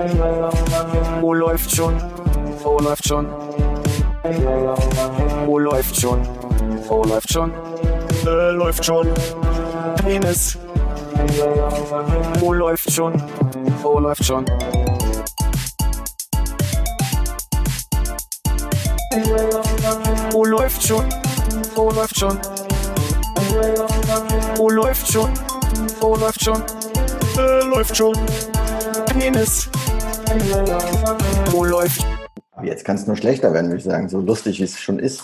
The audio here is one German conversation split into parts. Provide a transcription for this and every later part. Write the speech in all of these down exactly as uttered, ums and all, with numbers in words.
Oh, läuft schon. Oh, läuft schon. Oh, läuft schon. Oh, läuft schon. Äh, läuft schon. Penis. Oh, läuft schon. Oh, läuft schon. Oh, läuft schon. Oh, läuft schon. Oh, läuft schon. Oh, läuft schon. Äh, läuft schon. Penis. Oh, läuft. Jetzt kann es nur schlechter werden, würde ich sagen. So lustig, wie es schon ist.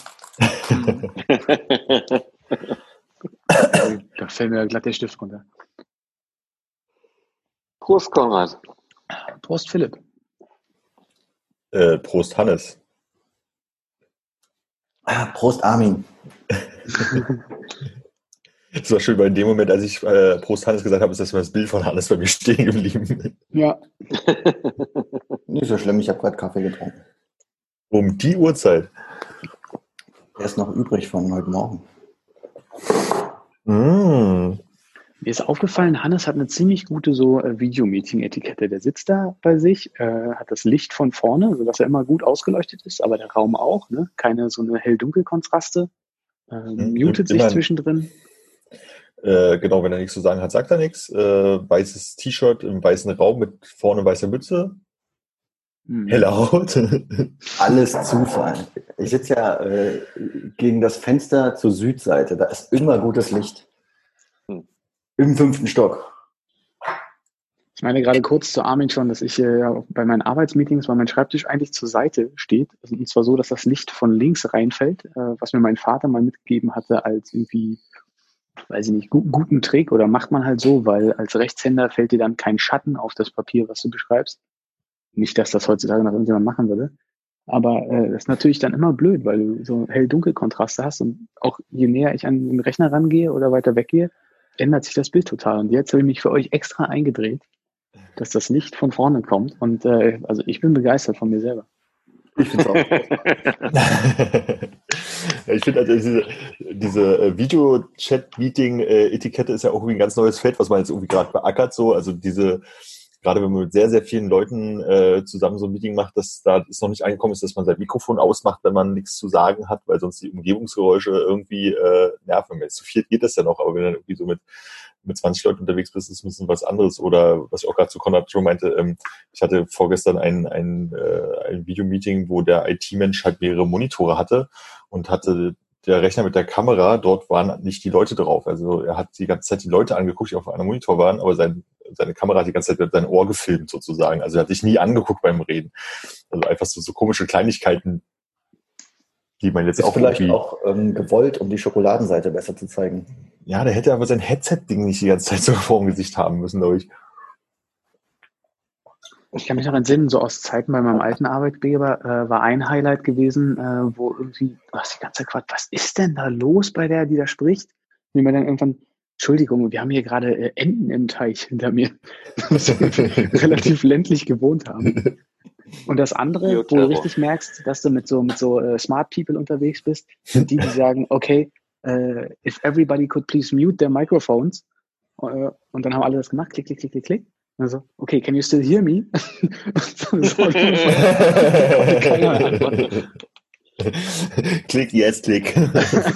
Da fällt mir glatt der Stift runter. Prost, Konrad. Prost, Philipp. Äh, Prost, Hannes. Ah, Prost, Armin. Das war schön, weil in dem Moment, als ich äh, Prost, Hannes gesagt habe, ist das mal das Bild von Hannes bei mir stehen geblieben. Ja. Nicht so schlimm, ich habe gerade Kaffee getrunken. Um die Uhrzeit. Der ist noch übrig von heute Morgen. Mm. Mir ist aufgefallen, Hannes hat eine ziemlich gute so äh, Videomeeting-Etikette. Der sitzt da bei sich, äh, hat das Licht von vorne, sodass er immer gut ausgeleuchtet ist, aber der Raum auch, ne? Keine so eine Hell-Dunkel-Kontraste. Äh, Hm, mutet sich immer- zwischendrin. Äh, genau, wenn er nichts zu sagen hat, sagt er nichts. Äh, weißes T-Shirt im weißen Raum mit vorne weißer Mütze. Hm. Helle Haut. Alles Zufall. Ich sitze ja äh, gegen das Fenster zur Südseite. Da ist immer gutes Licht. Hm. Im fünften Stock. Ich meine gerade kurz zu Armin schon, dass ich äh, ja bei meinen Arbeitsmeetings, weil mein Schreibtisch eigentlich zur Seite steht. Und zwar so, dass das Licht von links reinfällt, äh, was mir mein Vater mal mitgegeben hatte als irgendwie, weiß ich nicht, gu guten Trick, oder macht man halt so, weil als Rechtshänder fällt dir dann kein Schatten auf das Papier, was du beschreibst. Nicht, dass das heutzutage noch irgendjemand machen würde. Aber äh, das ist natürlich dann immer blöd, weil du so Hell-Dunkel-Kontraste hast, und auch je näher ich an den Rechner rangehe oder weiter weggehe, ändert sich das Bild total. Und jetzt habe ich mich für euch extra eingedreht, dass das Licht von vorne kommt. Und äh, also ich bin begeistert von mir selber. Ich finde es auch. Ja, ich finde also diese, diese äh, Video-Chat-Meeting-Etikette ist ja auch irgendwie ein ganz neues Feld, was man jetzt irgendwie gerade beackert. So. Also diese, gerade wenn man mit sehr, sehr vielen Leuten äh, zusammen so ein Meeting macht, dass da es noch nicht angekommen ist, dass man sein Mikrofon ausmacht, wenn man nichts zu sagen hat, weil sonst die Umgebungsgeräusche irgendwie äh, nerven. Zu viert geht das ja noch, aber wenn du dann irgendwie so mit mit zwanzig Leuten unterwegs bist, ist ein bisschen was anderes. Oder was ich auch gerade zu Konrad schon meinte, ähm, ich hatte vorgestern ein, ein, äh, ein Videomeeting, wo der I T-Mensch halt mehrere Monitore hatte und hatte der Rechner mit der Kamera, dort waren nicht die Leute drauf. Also er hat die ganze Zeit die Leute angeguckt, die auf einem Monitor waren, aber sein, seine Kamera hat die ganze Zeit sein Ohr gefilmt sozusagen. Also er hat sich nie angeguckt beim Reden. Also einfach so, so komische Kleinigkeiten, die man jetzt Ist auch vielleicht irgendwie... auch ähm, gewollt, um die Schokoladenseite besser zu zeigen. Ja, der hätte aber sein Headset-Ding nicht die ganze Zeit so vor dem Gesicht haben müssen, glaube ich. Ich kann mich noch entsinnen, so aus Zeiten bei meinem alten Arbeitgeber äh, war ein Highlight gewesen, äh, wo irgendwie, was die ganze Zeit Quatsch, was ist denn da los bei der, die da spricht? Und mir dann irgendwann, Entschuldigung, wir haben hier gerade äh, Enten im Teich hinter mir, was wir relativ ländlich gewohnt haben. Und das andere, wo Bioterror. du richtig merkst, dass du mit so mit so äh, Smart People unterwegs bist, sind die, die sagen, okay, äh, if everybody could please mute their microphones, äh, und dann haben alle das gemacht, klick, klick, klick, klick, klick. Also, okay, can you still hear me? Keiner antwortet. Klick, jetzt klick. Ja,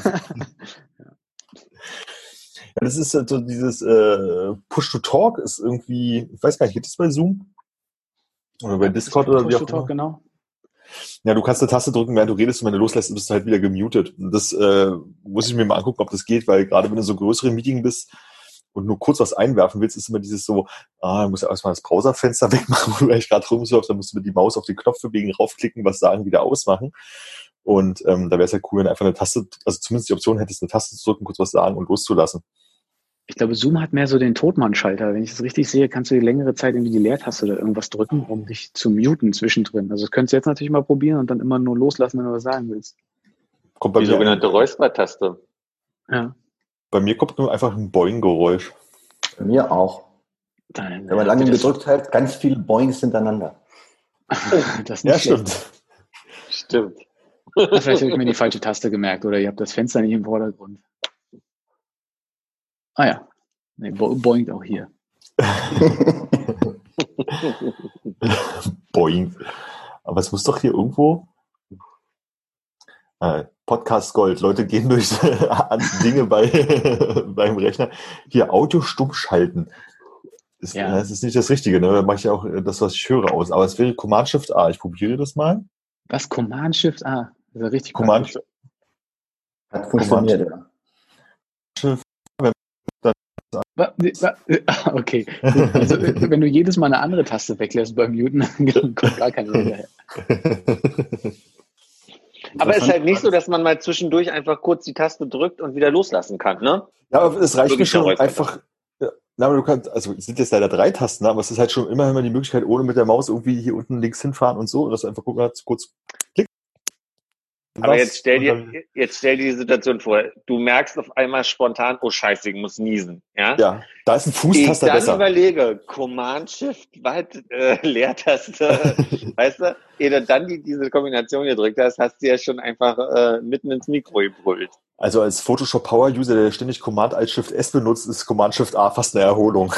das ist halt so dieses äh, Push-to-Talk ist irgendwie, ich weiß gar nicht, gibt es bei Zoom? Oder bei Discord oder wie auch Push-to-Talk, immer? genau. Ja, du kannst eine Taste drücken, während du redest, und wenn du loslässt, bist du halt wieder gemutet. Und das äh, muss ich mir mal angucken, ob das geht, weil gerade wenn du so größere Meeting bist und nur kurz was einwerfen willst, ist immer dieses so, ah, du musst ja erstmal das Browserfenster wegmachen, wo du eigentlich gerade rumsurfst, dann musst du mit die Maus auf den Knopf bewegen, raufklicken, was sagen, wieder ausmachen. Und ähm, da wäre es halt cool, wenn du einfach eine Taste, also zumindest die Option hättest, eine Taste zu drücken, kurz was sagen und loszulassen. Ich glaube, Zoom hat mehr so den Totmann-Schalter. Wenn ich das richtig sehe, kannst du die längere Zeit irgendwie die Leertaste oder irgendwas drücken, um dich zu muten zwischendrin. Also das könntest du jetzt natürlich mal probieren und dann immer nur loslassen, wenn du was sagen willst. Kommt bei Die mir, sogenannte Räuspertaste. Ja. bei mir kommt nur einfach ein Boing-Geräusch. Bei mir auch. Dann, Wenn man lange gedrückt hält, ganz viele Boings hintereinander. das ist Ja, nicht schlecht. stimmt. Stimmt. Vielleicht habe ich mir die falsche Taste gemerkt oder ihr habt das Fenster nicht im Vordergrund. Ah ja, nee, bo boingt auch hier. Boing. Aber es muss doch hier irgendwo... Äh, Podcast Gold. Leute gehen durch Dinge bei, beim Rechner. Hier, Audio stumm schalten. Ist, Ja. Das ist nicht das Richtige. Ne? Da mache ich ja auch das, was ich höre, aus. Aber es wäre Command Shift A. Ich probiere das mal. Was? Command Shift A? Das ist ja richtig Command praktisch. Hat funktioniert, ja. Wa- wa- ah, Okay. Also, wenn du jedes Mal eine andere Taste weglässt beim Muten, dann kommt gar keine hinterher. Aber es ist halt nicht so, dass man mal zwischendurch einfach kurz die Taste drückt und wieder loslassen kann, ne? Ja, aber es reicht mir Wirklich schon verrückt. einfach. Ja, na, aber du kannst, also es sind jetzt leider drei Tasten, aber es ist halt schon immer immer die Möglichkeit, ohne mit der Maus irgendwie hier unten links hinfahren und so, dass du einfach gucken kannst, kurz klick. Aber Was? jetzt stell Und dir, dann- jetzt stell dir die Situation vor. Du merkst auf einmal spontan, oh Scheiße, ich muss niesen, ja? Ja, da ist ein Ich Fußtaster dann besser. überlege, Command Shift, weit, äh, Leertaste, weißt du, ehe du dann die, diese Kombination gedrückt hast, hast du ja schon einfach äh, mitten ins Mikro gebrüllt. Also als Photoshop Power User, der ständig Command Alt Shift S benutzt, ist Command Shift A fast eine Erholung.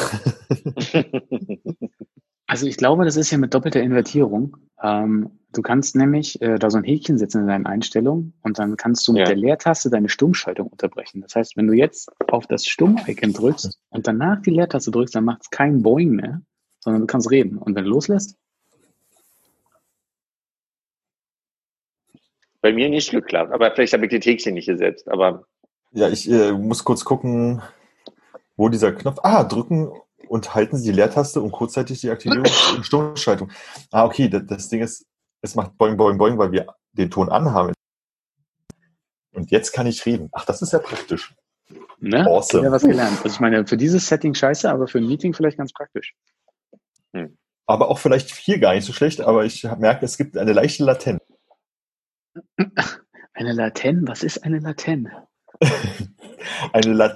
Also ich glaube, das ist ja mit doppelter Invertierung. Ähm, du kannst nämlich äh, da so ein Häkchen setzen in deinen Einstellungen und dann kannst du mit Ja. der Leertaste deine Stummschaltung unterbrechen. Das heißt, wenn du jetzt auf das Stumm-Icon drückst und danach die Leertaste drückst, dann macht es kein Boing mehr, sondern du kannst reden. Und wenn du loslässt, Bei mir nicht geklappt, aber vielleicht habe ich die Häkchen nicht gesetzt, aber Ja, ich äh, muss kurz gucken, wo dieser Knopf. Ah, drücken und halten Sie die Leertaste und kurzzeitig die Aktivierung und Stummschaltung. Ah, okay, das, das Ding ist, es macht Boing, Boing, Boing, weil wir den Ton anhaben. Und jetzt kann ich reden. Ach, das ist ja praktisch. ne? Awesome. Ja, was gelernt. Also ich meine, für dieses Setting scheiße, aber für ein Meeting vielleicht ganz praktisch. Aber auch vielleicht hier gar nicht so schlecht, aber ich merke, es gibt eine leichte Latenz. Eine Laten? Was ist eine Laten? Eine Latenz.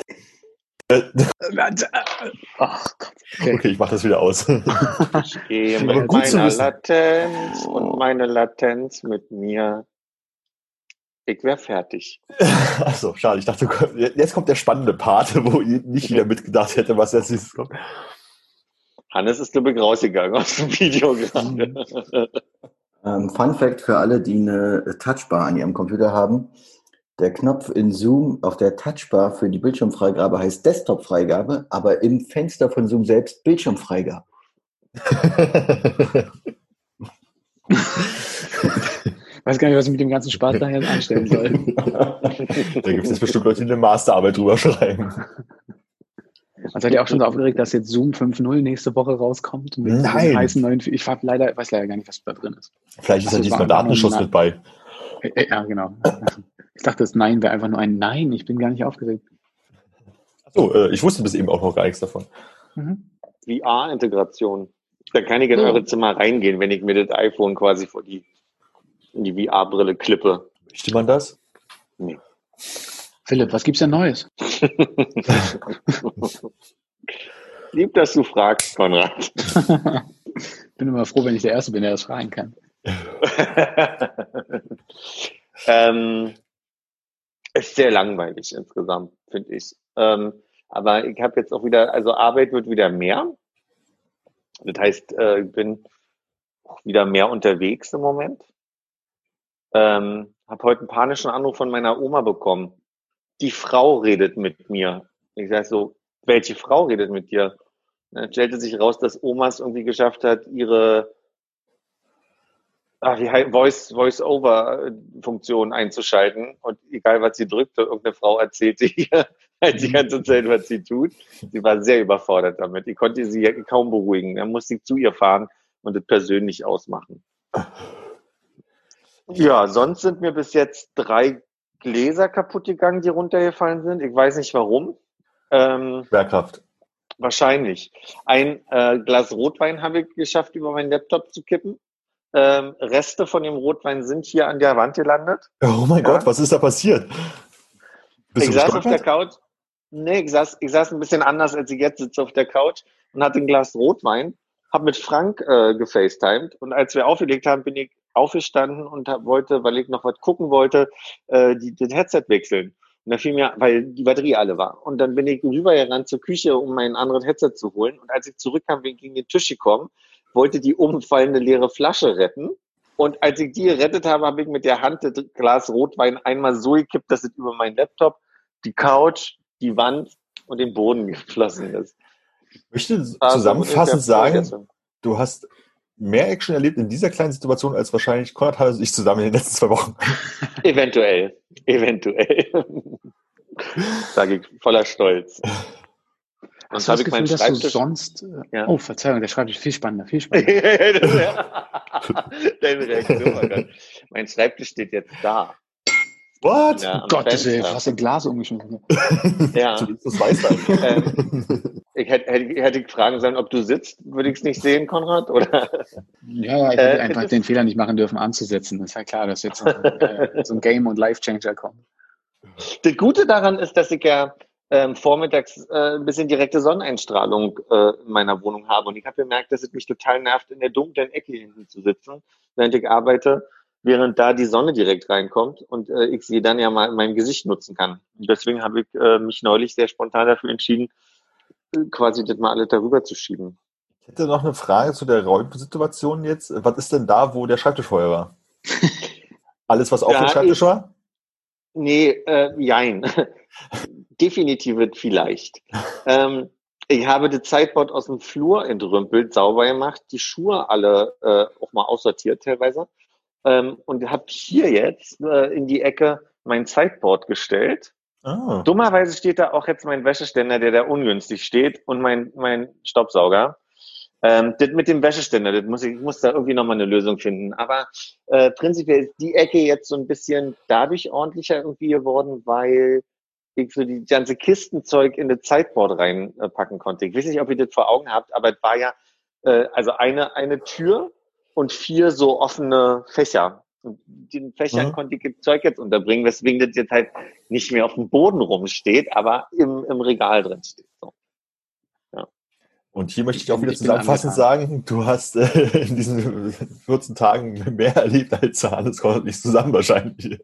Ach Gott. Okay. Okay, ich mache das wieder aus. ich gehe Aber mit gut zu meiner wissen. Latenz und meine Latenz mit mir. Ich wäre fertig. Achso, schade. Ich dachte, jetzt kommt der spannende Part, wo nicht jeder mitgedacht hätte, was jetzt ist. Hannes ist, glaube ich, rausgegangen aus dem Video gerade. Ähm, Fun Fact für alle, die eine Touchbar an ihrem Computer haben. Der Knopf in Zoom auf der Touchbar für die Bildschirmfreigabe heißt Desktop-Freigabe, aber im Fenster von Zoom selbst Bildschirmfreigabe. Weiß gar nicht, was ich mit dem ganzen Spaß da jetzt anstellen soll. Da gibt es jetzt bestimmt Leute, die eine Masterarbeit drüber schreiben. Also seid ihr auch schon so aufgeregt, dass jetzt Zoom fünf Punkt null nächste Woche rauskommt? Mit Nein. diesem heißen neuen, ich hab leider, weiß leider gar nicht, was da drin ist. Vielleicht ist ja Also, diesmal war- war Datenschutz nur- mit bei. Äh, äh, Ja, genau. Ich dachte, das Nein wäre einfach nur ein Nein. Ich bin gar nicht aufgeregt. Achso, äh, ich wusste bis eben auch noch gar nichts davon. Mhm. V R-Integration. Da kann ich in eure Zimmer reingehen, wenn ich mir das iPhone quasi vor die, in die V R-Brille klippe. Möchte man das? Philipp, was gibt's denn Neues? Lieb, dass du fragst, Konrad. Bin immer froh, wenn ich der Erste bin, der das fragen kann. ähm, ist sehr langweilig insgesamt, finde ich. Ähm, aber ich habe jetzt auch wieder, also Arbeit wird wieder mehr. Das heißt, äh, ich bin auch wieder mehr unterwegs im Moment. Ähm, habe heute einen panischen Anruf von meiner Oma bekommen. Die Frau redet mit mir. Ich sage so, welche Frau redet mit dir? Dann stellte sich raus, dass Oma es irgendwie geschafft hat, ihre ach, wie heißt, Voice, Voice-Over-Funktion einzuschalten. Und egal, was sie drückt, irgendeine Frau erzählte ihr halt die ganze Zeit, was sie tut. Sie war sehr überfordert damit. Ich konnte sie kaum beruhigen. Dann musste ich zu ihr fahren und das persönlich ausmachen. Ja, sonst sind mir bis jetzt drei Gläser kaputt gegangen, die runtergefallen sind. Ich weiß nicht warum. Ähm, Schwerkraft. wahrscheinlich. Ein äh, Glas Rotwein habe ich geschafft, über meinen Laptop zu kippen. Ähm, Reste von dem Rotwein sind hier an der Wand gelandet. Oh mein Ja. Gott, was ist da passiert? Bist ich du saß auf der gestolpert? Couch. Nee, ich saß, ich saß ein bisschen anders, als ich jetzt sitze auf der Couch und hatte ein Glas Rotwein, habe mit Frank äh, gefacetimed und als wir aufgelegt haben, bin ich aufgestanden und hab, wollte, weil ich noch was gucken wollte, äh, die, den Headset wechseln. Und da fiel mir, weil die Batterie alle war. Und dann bin ich rübergerannt zur Küche, um mein anderes Headset zu holen. Und als ich zurückkam, bin ich gegen den Tisch gekommen, wollte die umfallende leere Flasche retten. Und als ich die gerettet habe, habe ich mit der Hand das Glas Rotwein einmal so gekippt, dass es über meinen Laptop, die Couch, die Wand und den Boden geflossen ist. Ich möchte Also zusammenfassend ungefähr sagen, vorgestern. du hast mehr Action erlebt in dieser kleinen Situation, als wahrscheinlich Konrad hat und ich zusammen in den letzten zwei Wochen. Eventuell, eventuell. Sage ich voller Stolz. Hast Sonst du habe das ich meinen Gefühl, dass du Schreibtisch. sonst... äh, Ja. Oh, Verzeihung, der Schreibtisch viel spannender, viel spannender. Deine Reaktion, oh Gott. Mein Schreibtisch steht jetzt da. What? Ja, Oh am Gott, das ist Fenster. fast ein Glas umgeschmissen. Ja. Zunächst das Weißwein. Ähm, ich hätte, hätte, hätte ich fragen sollen, ob du sitzt, würde ich es nicht sehen, Konrad, oder? Ja, ja, ich Äh, hätte es einfach ist- den Fehler nicht machen dürfen, anzusetzen. Das ist ja klar, dass jetzt noch, äh, so ein Game- und Life-Changer kommt. Das Gute daran ist, dass ich ja ähm, vormittags äh, ein bisschen direkte Sonneneinstrahlung äh, in meiner Wohnung habe. Und ich habe gemerkt, dass es mich total nervt, in der dunklen Ecke hinten zu sitzen, während ich arbeite, während da die Sonne direkt reinkommt und äh, ich sie dann ja mal in meinem Gesicht nutzen kann. Und deswegen habe ich äh, mich neulich sehr spontan dafür entschieden, äh, quasi das mal alles darüber zu schieben. Ich hätte noch eine Frage zu der Räumsituation jetzt. Was ist denn da, wo der Schreibtisch vorher war? Alles, was auf Da dem Schreibtisch ist- war? Nee, äh, jein. Definitiv vielleicht. ähm, ich habe das Sideboard aus dem Flur entrümpelt, sauber gemacht, die Schuhe alle äh, auch mal aussortiert teilweise ähm, und habe hier jetzt äh, in die Ecke mein Sideboard gestellt. Ah. Dummerweise steht da auch jetzt mein Wäscheständer, der da ungünstig steht und mein, mein Staubsauger. Ähm, das mit dem Wäscheständer, das muss ich, ich muss da irgendwie nochmal eine Lösung finden. Aber äh, prinzipiell ist die Ecke jetzt so ein bisschen dadurch ordentlicher irgendwie geworden, weil ich so die ganze Kistenzeug in das Sideboard reinpacken konnte. Ich weiß nicht, ob ihr das vor Augen habt, aber es war ja äh, also eine eine Tür und vier so offene Fächer. Und den Fächern Mhm. konnte ich das Zeug jetzt unterbringen, weswegen das jetzt halt nicht mehr auf dem Boden rumsteht, aber im, im Regal drin steht. So. Und hier möchte Ich ich auch bin- wieder ich bin zusammenfassend sagen, du hast äh, in diesen vierzehn Tagen mehr erlebt als Hannes Konrad nicht zusammen wahrscheinlich.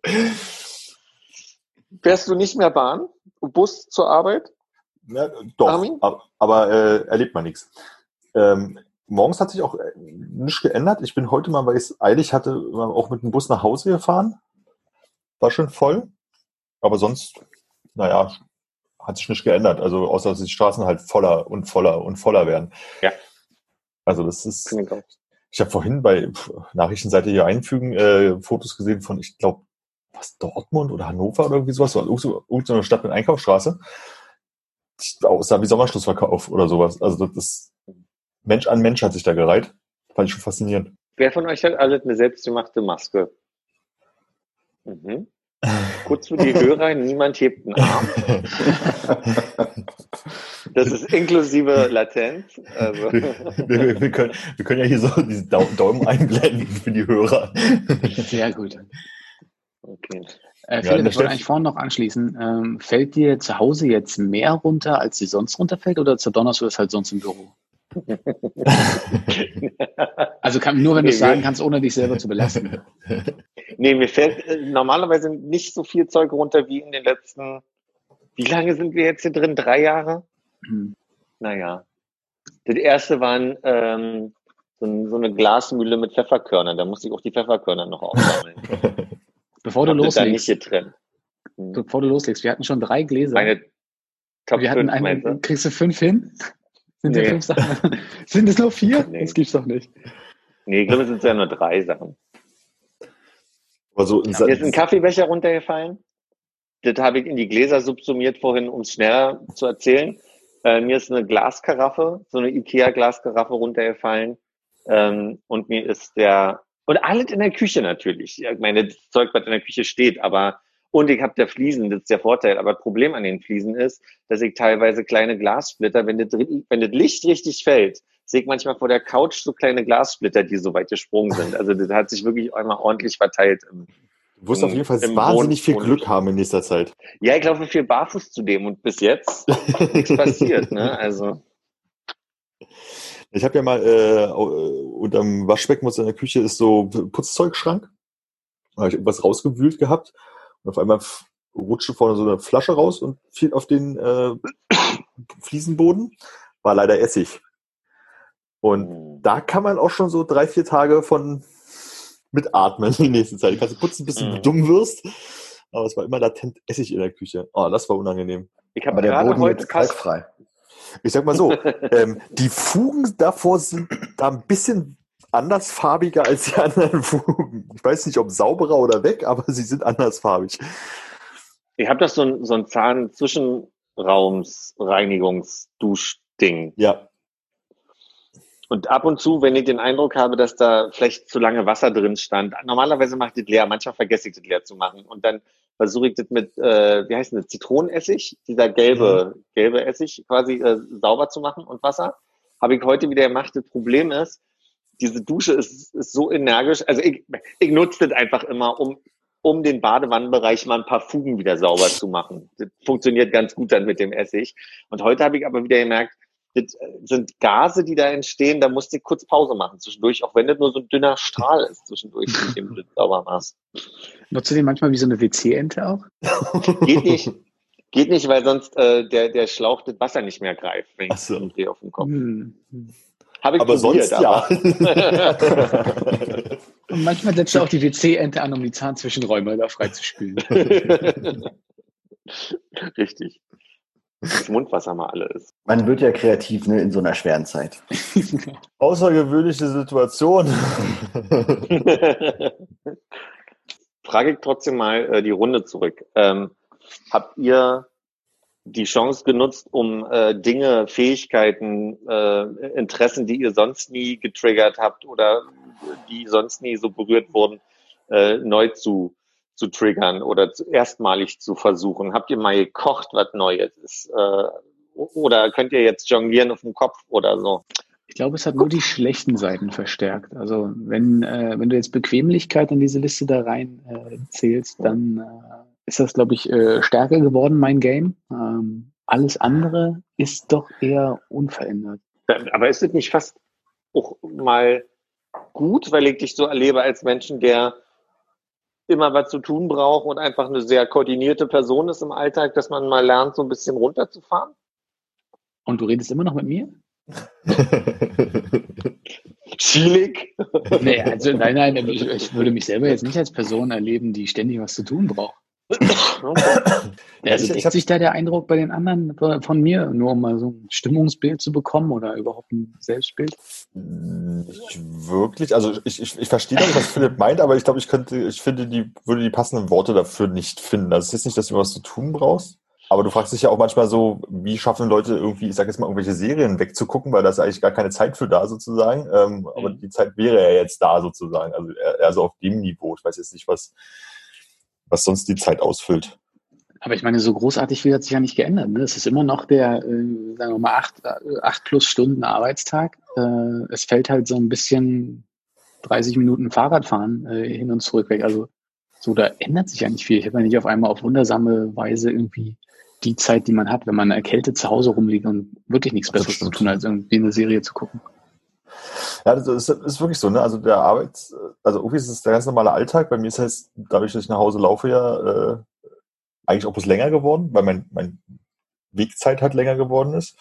Fährst du nicht mehr Bahn? Bus zur Arbeit? Ja, doch, Armin? aber, aber äh, erlebt man nichts. Ähm, morgens hat sich auch äh, nichts geändert. Ich bin heute mal, weil ich es eilig hatte, mal auch mit dem Bus nach Hause gefahren. War schon voll. Aber sonst, naja, hat sich nichts geändert. Also außer, dass die Straßen halt voller und voller und voller werden. Ja. Also das ist... Finde ich auch. Ich habe vorhin bei pf, Nachrichtenseite hier einfügen äh, Fotos gesehen von, ich glaube, was, Dortmund oder Hannover oder irgendwie sowas, oder irgend- irgendeine Stadt mit Einkaufsstraße. Das aussah wie Sommerschlussverkauf oder sowas. Also das ist Mensch an Mensch hat sich da gereiht. Fand ich schon faszinierend. Wer von euch hat alles eine selbstgemachte Maske? Mhm. Kurz für die Hörer, niemand hebt einen Arm. Das ist inklusive Latenz. Also. wir, wir, wir, können, wir können ja hier so diesen Dau- Daumen einblenden für die Hörer. Sehr gut. Okay. Äh, Ja, Philipp, der ich wollte Steff- eigentlich vorhin noch anschließen. Ähm, fällt dir zu Hause jetzt mehr runter, als dir sonst runterfällt, oder zerdonnerst du das halt sonst im Büro? Also kann, nur wenn du es Nee, wir- sagen kannst, ohne dich selber zu belasten. Nee, mir fällt äh, normalerweise nicht so viel Zeug runter wie in den letzten, wie lange sind wir jetzt hier drin? Drei Jahre? Hm. Naja. Das erste waren ähm, so, ein, so eine Glasmühle mit Pfefferkörnern. Da musste ich auch die Pfefferkörner noch aufsammeln. Bevor du Hab das da nicht loslegst, getrennt. Hm. bevor du loslegst, wir hatten schon drei Gläser. Meine Top wir hatten fünf, eine, meinst du? kriegst du fünf hin? Sind Nee. dir fünf Sachen? Sind es nur vier? Nee. Das gibt's doch nicht. Nee, ich glaube, es sind ja nur drei Sachen. Aber so in Ja, Mir ist ein Kaffeebecher runtergefallen. Das habe ich in die Gläser subsumiert vorhin, um es schneller zu erzählen. Äh, mir ist eine Glaskaraffe, so eine Ikea-Glaskaraffe runtergefallen. Ähm, und mir ist der, und alles in der Küche natürlich. Ja, ich meine, das Zeug, was in der Küche steht, aber, und ich habe der Fliesen, das ist der Vorteil. Aber das Problem an den Fliesen ist, dass ich teilweise kleine Glassplitter, wenn das, wenn das Licht richtig fällt, sehe ich manchmal vor der Couch so kleine Glassplitter, die so weit gesprungen sind. Also das hat sich wirklich einmal ordentlich verteilt. Im, Du wirst auf jeden Fall im wahnsinnig Wohn- viel Wohn- Glück haben in nächster Zeit. ja, ich laufe viel barfuß zudem und bis jetzt nichts passiert, ne? Also, Ich habe ja mal äh, unterm Waschbecken in der Küche ist so Putzzeugschrank. Da habe ich irgendwas rausgewühlt gehabt und auf einmal f- rutschte vorne so eine Flasche raus und fiel auf den äh, Fliesenboden. War leider Essig. Und da kann man auch schon so drei, vier Tage von mitatmen die nächste Zeit. Du kannst putzen, bis du Mhm. dumm wirst. Aber es war immer latent Essig in der Küche. Oh, das war unangenehm. Ich habe Aber der gerade Boden heute jetzt fast kalkfrei. Ich sag mal so, ähm, die Fugen davor sind da ein bisschen andersfarbiger als die anderen Fugen. Ich weiß nicht, ob sauberer oder weg, aber sie sind andersfarbig. Ich habe das so ein, so ein Zahn-Zwischenraums-Reinigungsduschding. Ja. Und ab und zu, wenn ich den Eindruck habe, dass da vielleicht zu lange Wasser drin stand, normalerweise mache ich das leer, manchmal vergesse ich das leer zu machen. Und dann versuche ich das mit, äh, wie heißt das, Zitronenessig, dieser gelbe, mhm. gelbe Essig quasi äh, sauber zu machen und Wasser. Habe ich heute wieder gemacht. Das Problem ist, diese Dusche ist, ist so energisch. Also ich, ich nutze das einfach immer, um um den Badewannenbereich mal ein paar Fugen wieder sauber zu machen. Das funktioniert ganz gut dann mit dem Essig. Und heute habe ich aber wieder gemerkt, das sind Gase, die da entstehen, da musste ich kurz Pause machen zwischendurch, auch wenn das nur so ein dünner Strahl ist zwischendurch, mit dem du das sauber machst. Nutzt du den manchmal wie so eine W C-Ente auch? Geht nicht. Geht nicht, weil sonst äh, der, der Schlauch das Wasser nicht mehr greift, wenn ich so. drehe auf dem Kopf. Hm. Habe ich aber probiert, sonst aber ja. Und manchmal setzt du auch die W C-Ente an, um die Zahnzwischenräume da freizuspülen. Richtig. Das Mundwasser mal alle ist. Man wird ja kreativ, ne, in so einer schweren Zeit. Außergewöhnliche Situation. Frage ich trotzdem mal äh, die Runde zurück. Ähm, habt ihr die Chance genutzt, um äh, Dinge, Fähigkeiten, äh, Interessen, die ihr sonst nie getriggert habt oder die sonst nie so berührt wurden, äh, neu zu zu triggern oder zu, erstmalig zu versuchen? Habt ihr mal gekocht, was Neues ist? Äh, oder könnt ihr jetzt jonglieren auf dem Kopf oder so? Ich glaube, es hat nur die schlechten Seiten verstärkt. Also wenn, äh, wenn du jetzt Bequemlichkeit in diese Liste da rein äh, zählst, dann äh, ist das, glaube ich, äh, stärker geworden, mein Game. Ähm, alles andere ist doch eher unverändert. Aber ist es nicht fast auch mal gut, weil ich dich so erlebe als Menschen, der immer was zu tun braucht und einfach eine sehr koordinierte Person ist im Alltag, dass man mal lernt, so ein bisschen runterzufahren? Und du redest immer noch mit mir? Schielig? Nee, also nein, nein, ich, ich würde mich selber jetzt nicht als Person erleben, die ständig was zu tun braucht. Also deckt sich da der Eindruck bei den anderen von mir, nur um mal so ein Stimmungsbild zu bekommen oder überhaupt ein Selbstbild? Nicht wirklich. Also ich, ich, ich verstehe nicht, was Philipp meint, aber ich glaube, ich könnte, ich finde, die würde die passenden Worte dafür nicht finden. Also es ist nicht, dass du was zu tun brauchst. Aber du fragst dich ja auch manchmal so, wie schaffen Leute irgendwie, ich sag jetzt mal, irgendwelche Serien wegzugucken, weil da ist eigentlich gar keine Zeit für da sozusagen. Ähm, aber die Zeit wäre ja jetzt da sozusagen. Also eher, eher so auf dem Niveau. Ich weiß jetzt nicht, was, was sonst die Zeit ausfüllt. Aber ich meine, so großartig viel hat sich ja nicht geändert. Ne? Es ist immer noch der, äh, sagen wir mal, acht, acht plus Stunden Arbeitstag. Äh, es fällt halt so ein bisschen dreißig Minuten Fahrradfahren äh, hin und zurück weg. Also so, da ändert sich ja nicht viel. Ich habe ja nicht auf einmal auf wundersame Weise irgendwie die Zeit, die man hat, wenn man erkältet zu Hause rumliegt und wirklich nichts Besseres zu tun, als irgendwie eine Serie zu gucken. Ja, das ist, ist wirklich so, ne? Also der Arbeits, also irgendwie ist es der ganz normale Alltag. Bei mir ist es, dadurch, dass ich nach Hause laufe, ja äh, eigentlich auch bloß länger geworden, weil mein, mein Wegzeit halt länger geworden ist.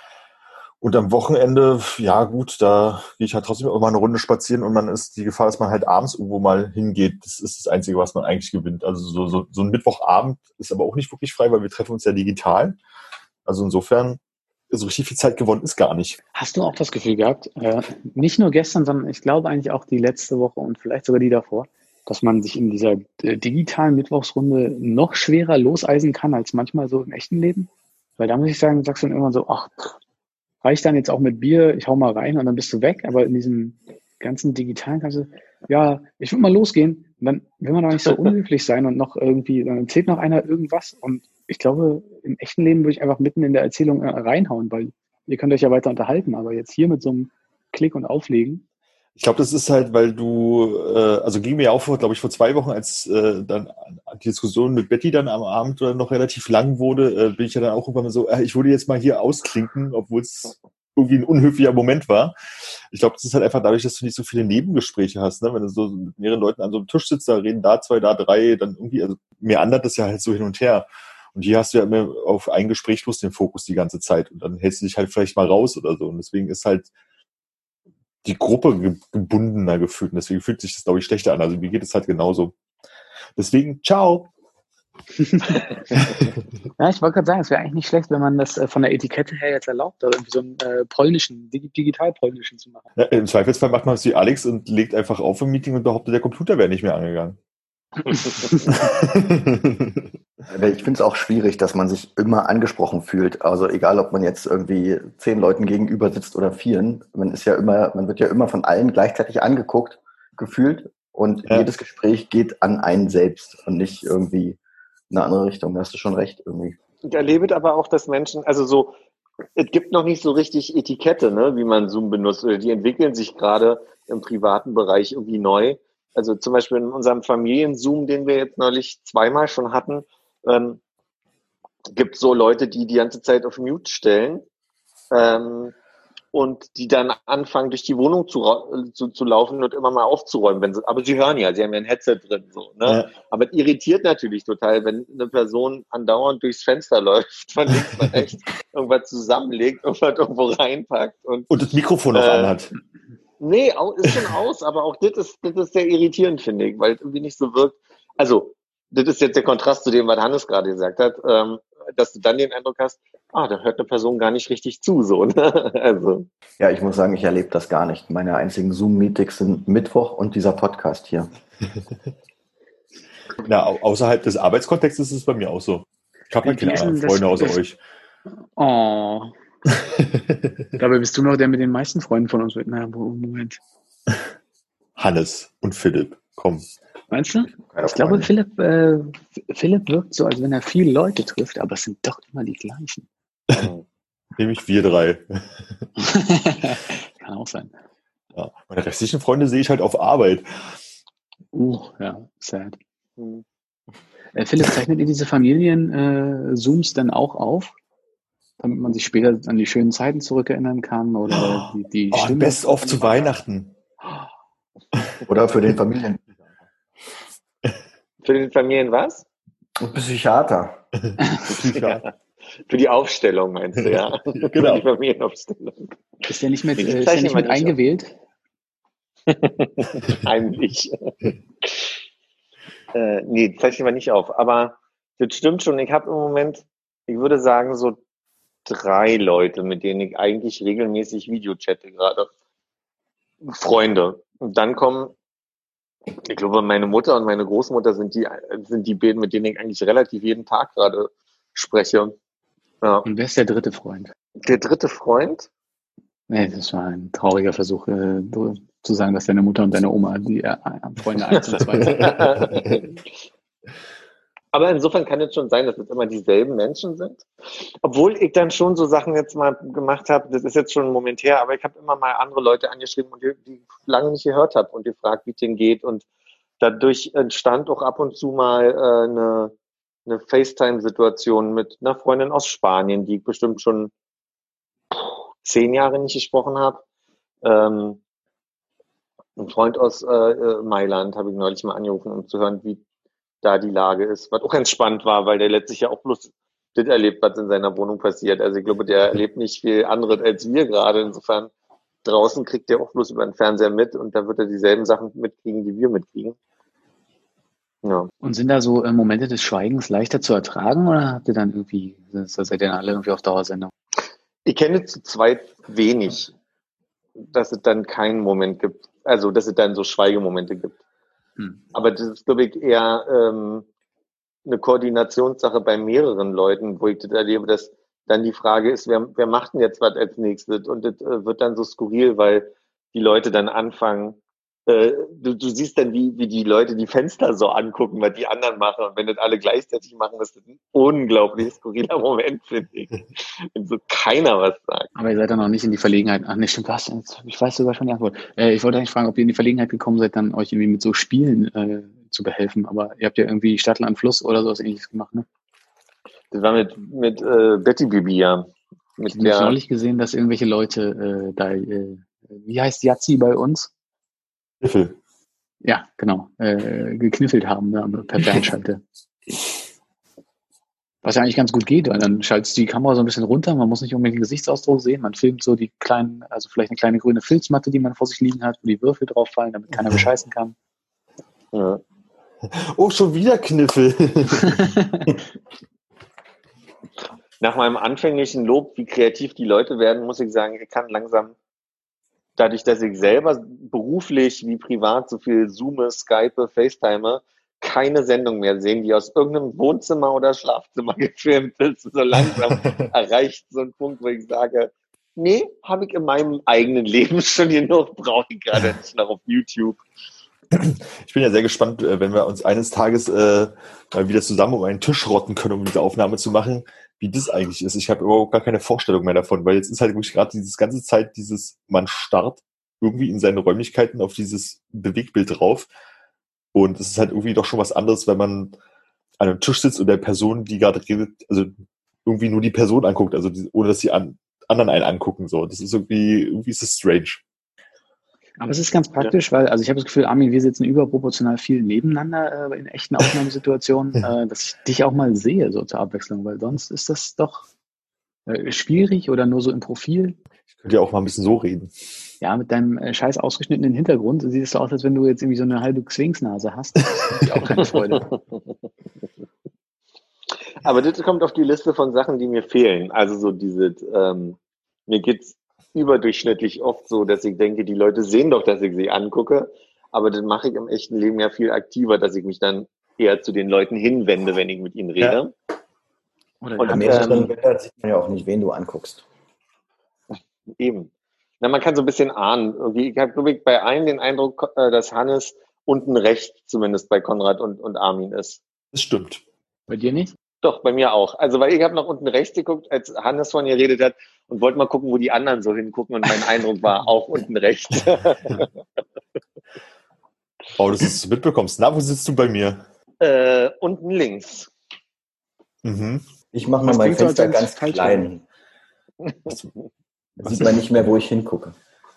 Und am Wochenende, ja gut, da gehe ich halt trotzdem auch mal eine Runde spazieren und man ist die Gefahr, dass man halt abends irgendwo mal hingeht. Das ist das Einzige, was man eigentlich gewinnt. Also so, so, so ein Mittwochabend ist aber auch nicht wirklich frei, weil wir treffen uns ja digital. Also insofern, so richtig viel Zeit gewonnen ist gar nicht. Hast du auch das Gefühl gehabt, äh, nicht nur gestern, sondern ich glaube eigentlich auch die letzte Woche und vielleicht sogar die davor, dass man sich in dieser äh, digitalen Mittwochsrunde noch schwerer loseisen kann als manchmal so im echten Leben? Weil da muss ich sagen, sagst du dann irgendwann so, ach, reicht dann jetzt auch mit Bier, ich hau mal rein und dann bist du weg. Aber in diesem ganzen digitalen kannst du, ja, ich will mal losgehen. Und dann will man doch nicht so unhöflich sein und noch irgendwie, dann erzählt noch einer irgendwas. Und ich glaube, im echten Leben würde ich einfach mitten in der Erzählung reinhauen, weil ihr könnt euch ja weiter unterhalten. Aber jetzt hier mit so einem Klick und Auflegen. Ich glaube, das ist halt, weil du, äh, also ging mir ja auch vor, glaube ich, vor zwei Wochen, als äh, dann die Diskussion mit Betty dann am Abend noch relativ lang wurde, äh, bin ich ja dann auch irgendwann mal so, äh, ich würde jetzt mal hier ausklinken, obwohl es irgendwie ein unhöflicher Moment war. Ich glaube, das ist halt einfach dadurch, dass du nicht so viele Nebengespräche hast, ne? Wenn du so mit mehreren Leuten an so einem Tisch sitzt, da reden da zwei, da drei, dann irgendwie, also mir andert das ja halt so hin und her. Und hier hast du ja immer auf ein Gespräch bloß den Fokus die ganze Zeit und dann hältst du dich halt vielleicht mal raus oder so. Und deswegen ist halt die Gruppe ge- gebundener gefühlt. Und deswegen fühlt sich das, glaube ich, schlechter an. Also mir geht es halt genauso. Deswegen, ciao. Ja, ich wollte gerade sagen, es wäre eigentlich nicht schlecht, wenn man das äh, von der Etikette her jetzt erlaubt, oder irgendwie so einen äh, polnischen, dig- digital-polnischen zu machen. Ja, im Zweifelsfall macht man es wie Alex und legt einfach auf im Meeting und behauptet, der Computer wäre nicht mehr angegangen. Aber ich finde es auch schwierig, dass man sich immer angesprochen fühlt. Also egal, ob man jetzt irgendwie zehn Leuten gegenüber sitzt oder vieren, man ist ja immer, man wird ja immer von allen gleichzeitig angeguckt, gefühlt. Und Ja. jedes Gespräch geht an einen selbst und nicht irgendwie in eine andere Richtung. Da hast du schon recht irgendwie. Ich erlebe aber auch, dass Menschen, also so, es gibt noch nicht so richtig Etikette, ne, wie man Zoom benutzt, oder die entwickeln sich gerade im privaten Bereich irgendwie neu. Also zum Beispiel in unserem Familien-Zoom, den wir jetzt neulich zweimal schon hatten, ähm, gibt es so Leute, die die ganze Zeit auf Mute stellen ähm, und die dann anfangen, durch die Wohnung zu, ra- zu, zu laufen und immer mal aufzuräumen. Wenn sie, aber sie hören ja, sie haben ja ein Headset drin. So, ne? Ja. Aber es irritiert natürlich total, wenn eine Person andauernd durchs Fenster läuft, von links nach rechts, irgendwas zusammenlegt, irgendwas irgendwo reinpackt. Und Und das Mikrofon noch Äh, anhat. nee, au- ist schon aus, aber auch das ist, das ist sehr irritierend, finde ich, weil es irgendwie nicht so wirkt. Also, das ist jetzt der Kontrast zu dem, was Hannes gerade gesagt hat, ähm, dass du dann den Eindruck hast, ah, da hört eine Person gar nicht richtig zu, so, ne? Also, Ja, ich muss sagen, ich erlebe das gar nicht. Meine einzigen Zoom-Meetings sind Mittwoch und dieser Podcast hier. Na, au- außerhalb des Arbeitskontextes ist es bei mir auch so. Ich habe halt Wie keine ist denn anderen das- Freunde außer das- euch. Oh, dabei bist du noch der mit den meisten Freunden von uns. Na, wo- Moment. Hannes und Philipp, komm. Meinst du? Keine Ich glaube, Freunde. Philipp, äh, Philipp wirkt so, als wenn er viele Leute trifft, aber es sind doch immer die gleichen. ähm, Nämlich wir drei. Kann auch sein. Ja. Meine restlichen Freunde sehe ich halt auf Arbeit. Uh, ja, sad. hm. Äh, Philipp, zeichnet ihr diese Familien-Zooms dann auch auf? Damit man sich später an die schönen Zeiten zurückerinnern kann oder die, die Oh, ein Stimme? Best-of zu Weihnachten. Oder für den Familien. Für den Familien was? Und Psychiater. Ja. Für die Aufstellung, meinst du, ja? Genau. Für die Familienaufstellung. Ist der nicht mit, Nee, die äh, ist der zeichnen nicht wir mit nicht auf. eingewählt? Heimlich. äh, nee, zeichnen wir nicht auf. Aber das stimmt schon. Ich habe im Moment, ich würde sagen, so drei Leute, mit denen ich eigentlich regelmäßig Videochatte gerade. Freunde. Und dann kommen, ich glaube, meine Mutter und meine Großmutter sind die, sind die beiden, mit denen ich eigentlich relativ jeden Tag gerade spreche. Ja. Und wer ist der dritte Freund? Der dritte Freund, Nee, das war ein trauriger Versuch, äh, zu sagen, dass deine Mutter und deine Oma die äh, Freunde eins und zwei sind. aber insofern kann es schon sein, dass es immer dieselben Menschen sind. Obwohl ich dann schon so Sachen jetzt mal gemacht habe, das ist jetzt schon ein Moment her, aber ich habe immer mal andere Leute angeschrieben, und die, die ich lange nicht gehört habe und gefragt, wie es denen geht. Und dadurch entstand auch ab und zu mal äh, eine, eine FaceTime-Situation mit einer Freundin aus Spanien, die ich bestimmt schon zehn Jahre nicht gesprochen habe. Ähm, ein Freund aus äh, Mailand habe ich neulich mal angerufen, um zu hören, wie da die Lage ist, was auch entspannt war, weil der letztlich ja auch bloß das erlebt, was in seiner Wohnung passiert. Also ich glaube, der erlebt nicht viel anderes als wir gerade. Insofern draußen kriegt er auch bloß über den Fernseher mit und da wird er dieselben Sachen mitkriegen, die wir mitkriegen. Ja. Und sind da so äh, Momente des Schweigens leichter zu ertragen oder habt ihr dann irgendwie, da seid ihr dann alle irgendwie auf Dauersendung? Ich kenne zu zweit wenig, dass es dann keinen Moment gibt, also dass es dann so Schweigemomente gibt. Hm. Aber das ist, glaube ich, eher ähm, eine Koordinationssache bei mehreren Leuten, wo ich das erlebe, dass dann die Frage ist, wer, wer macht denn jetzt was als nächstes? Und das äh, wird dann so skurril, weil die Leute dann anfangen, äh, du, du siehst dann, wie, wie die Leute die Fenster so angucken, was die anderen machen. Und wenn das alle gleichzeitig machen, ist das ein unglaublich skurriler Moment, finde ich. Wenn so keiner was sagt. Aber ihr seid dann noch nicht in die Verlegenheit, ach nee, stimmt, was? Jetzt- Ich weiß sogar schon die Antwort. Äh, ich wollte eigentlich fragen, ob ihr in die Verlegenheit gekommen seid, dann euch irgendwie mit so Spielen äh, zu behelfen, aber ihr habt ja irgendwie Stadtland Fluss oder sowas ähnliches gemacht, ne? Das war mit, mit äh, Betty Bibi, ja. Mit Ich habe der, neulich gesehen, dass irgendwelche Leute äh, da, äh, wie heißt Yazzi bei uns? Griffel. Ja, genau, äh, gekniffelt haben, ne, per Fernschalter. Was ja eigentlich ganz gut geht, weil dann schaltest du die Kamera so ein bisschen runter, man muss nicht unbedingt den Gesichtsausdruck sehen, man filmt so die kleinen, also vielleicht eine kleine grüne Filzmatte, die man vor sich liegen hat, wo die Würfel drauf fallen, damit keiner bescheißen kann. Ja. Oh, schon wieder Kniffel. Nach meinem anfänglichen Lob, wie kreativ die Leute werden, muss ich sagen, ich kann langsam, dadurch, dass ich selber beruflich wie privat so viel Zoome, Skype, FaceTime, keine Sendung mehr sehen, die aus irgendeinem Wohnzimmer oder Schlafzimmer gefilmt ist. So langsam erreicht so ein Punkt, wo ich sage, nee, habe ich in meinem eigenen Leben schon genug, brauche ich gerade nicht noch auf YouTube. Ich bin ja sehr gespannt, wenn wir uns eines Tages äh, mal wieder zusammen um einen Tisch rotten können, um diese Aufnahme zu machen, wie das eigentlich ist. Ich habe überhaupt gar keine Vorstellung mehr davon, weil jetzt ist halt wirklich gerade dieses ganze Zeit dieses, man starrt irgendwie in seinen Räumlichkeiten auf dieses Bewegtbild drauf und es ist halt irgendwie doch schon was anderes, wenn man an einem Tisch sitzt und der Person, die gerade redet, also irgendwie nur die Person anguckt, also die, ohne dass die an, anderen einen angucken. So, das ist irgendwie, irgendwie ist es strange. Aber es ist ganz praktisch, ja. Weil, also ich habe das Gefühl, Armin, wir sitzen überproportional viel nebeneinander äh, in echten Aufnahmesituationen, äh, dass ich dich auch mal sehe, so zur Abwechslung, weil sonst ist das doch äh, schwierig oder nur so im Profil. Ich könnte ja auch mal ein bisschen so reden. Ja, mit deinem äh, scheiß ausgeschnittenen Hintergrund sieht es so aus, als wenn du jetzt irgendwie so eine halbe Xwingsnase hast. Das ist auch keine Freude. Aber das kommt auf die Liste von Sachen, die mir fehlen. Also so diese, ähm, mir geht's überdurchschnittlich oft so, dass ich denke, die Leute sehen doch, dass ich sie angucke, aber das mache ich im echten Leben ja viel aktiver, dass ich mich dann eher zu den Leuten hinwende, wenn ich mit ihnen rede. Ja. Oder und am mehreren Bildern sieht man ja auch nicht, wen du anguckst. Eben. Na, man kann so ein bisschen ahnen. Irgendwie, ich habe wirklich bei allen den Eindruck, dass Hannes unten rechts zumindest bei Konrad und, und Armin ist. Das stimmt. Bei dir nicht? Doch, bei mir auch. Also, weil ich habe nach unten rechts geguckt, als Hannes von ihr geredet hat und wollte mal gucken, wo die anderen so hingucken und mein Eindruck war auch unten rechts. Oh, dass du es mitbekommst. Na, wo sitzt du bei mir? Äh, unten links. Mhm. Ich mache mal mein Fenster ganz klein. Was, sieht man nicht mehr, wo ich hingucke.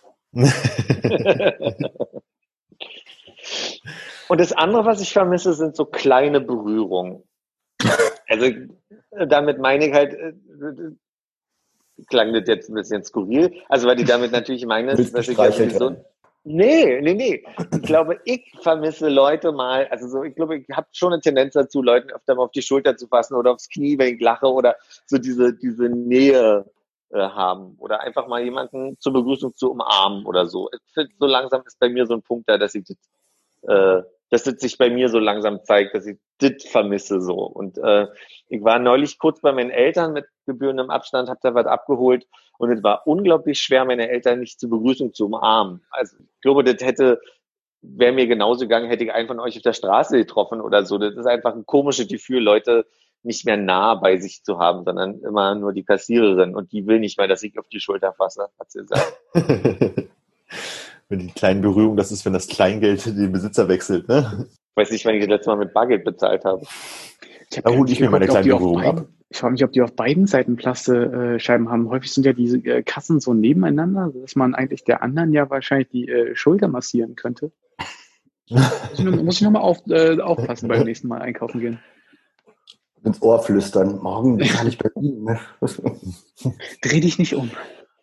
Und das andere, was ich vermisse, sind so kleine Berührungen. Also damit meine ich halt, äh, klang das jetzt ein bisschen skurril, also weil ich damit natürlich meine, Willst dass ich ja so, nee, nee, nee, ich glaube, ich vermisse Leute mal, also so, ich glaube, ich habe schon eine Tendenz dazu, Leuten öfter mal auf die Schulter zu fassen oder aufs Knie, wenn ich lache oder so diese, diese Nähe äh, haben oder einfach mal jemanden zur Begrüßung zu umarmen oder so. Ich finde, so langsam ist bei mir so ein Punkt da, dass ich das, äh, dass das sich bei mir so langsam zeigt, dass ich das vermisse so. Und äh, ich war neulich kurz bei meinen Eltern mit gebührendem Abstand, habe da was abgeholt und es war unglaublich schwer, meine Eltern nicht zur Begrüßung zu umarmen. Also ich glaube, das hätte, wäre mir genauso gegangen, hätte ich einen von euch auf der Straße getroffen oder so. Das ist einfach ein komisches Gefühl, Leute nicht mehr nah bei sich zu haben, sondern immer nur die Kassiererin und die will nicht mehr, dass ich auf die Schulter fasse, hat sie gesagt. Wenn die kleinen Berührungen, das ist, wenn das Kleingeld den Besitzer wechselt, ne? Ich weiß nicht, wann ich das letzte Mal mit Bargeld bezahlt habe. Ich Da hole ich mir meine kleinen Berührungen ab. Ich frage mich, ob die auf beiden Seiten Plastescheiben haben. Häufig sind ja diese äh, Kassen so nebeneinander, dass man eigentlich der anderen ja wahrscheinlich die äh, Schulter massieren könnte. muss ich noch, muss ich noch mal auf, äh, aufpassen beim nächsten Mal einkaufen gehen. Ins Ohr flüstern. Morgen kann ich bei Ihnen. Dreh dich nicht um.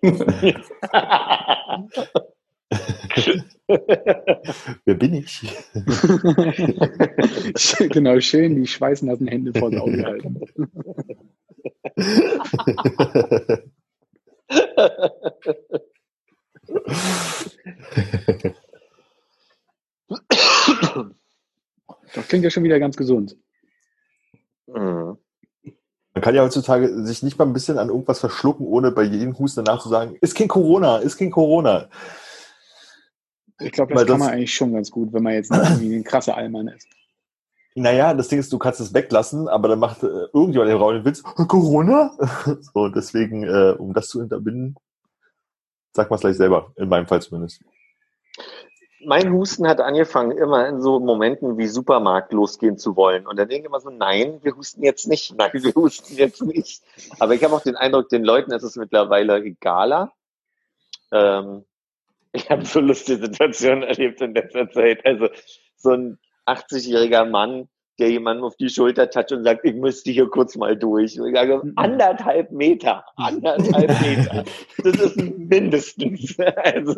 Wer bin ich? Genau, schön die schweißnassen Hände vor den Augen halten. Das klingt ja schon wieder ganz gesund. Man kann ja heutzutage sich nicht mal ein bisschen an irgendwas verschlucken, ohne bei jedem Husten danach zu sagen, ist kein Corona, ist kein Corona. Ich glaube, das Weil kann man eigentlich schon ganz gut, wenn man jetzt nicht irgendwie ein krasser Allmann ist. Naja, das Ding ist, du kannst es weglassen, aber dann macht äh, irgendjemand im Raum den Witz, Corona? So, deswegen, äh, um das zu unterbinden, sag mal es gleich selber, in meinem Fall zumindest. Mein Husten hat angefangen, immer in so Momenten wie Supermarkt losgehen zu wollen. Und dann denke ich immer so, nein, wir husten jetzt nicht, nein, wir husten jetzt nicht. Aber ich habe auch den Eindruck, den Leuten ist es mittlerweile egaler. Ähm, ich habe so lustige Situationen erlebt in letzter Zeit. Also so ein achtzigjähriger Mann der jemanden auf die Schulter toucht und sagt, ich müsste hier kurz mal durch. Und ich sage, anderthalb Meter, anderthalb Meter. Das ist mindestens. Also,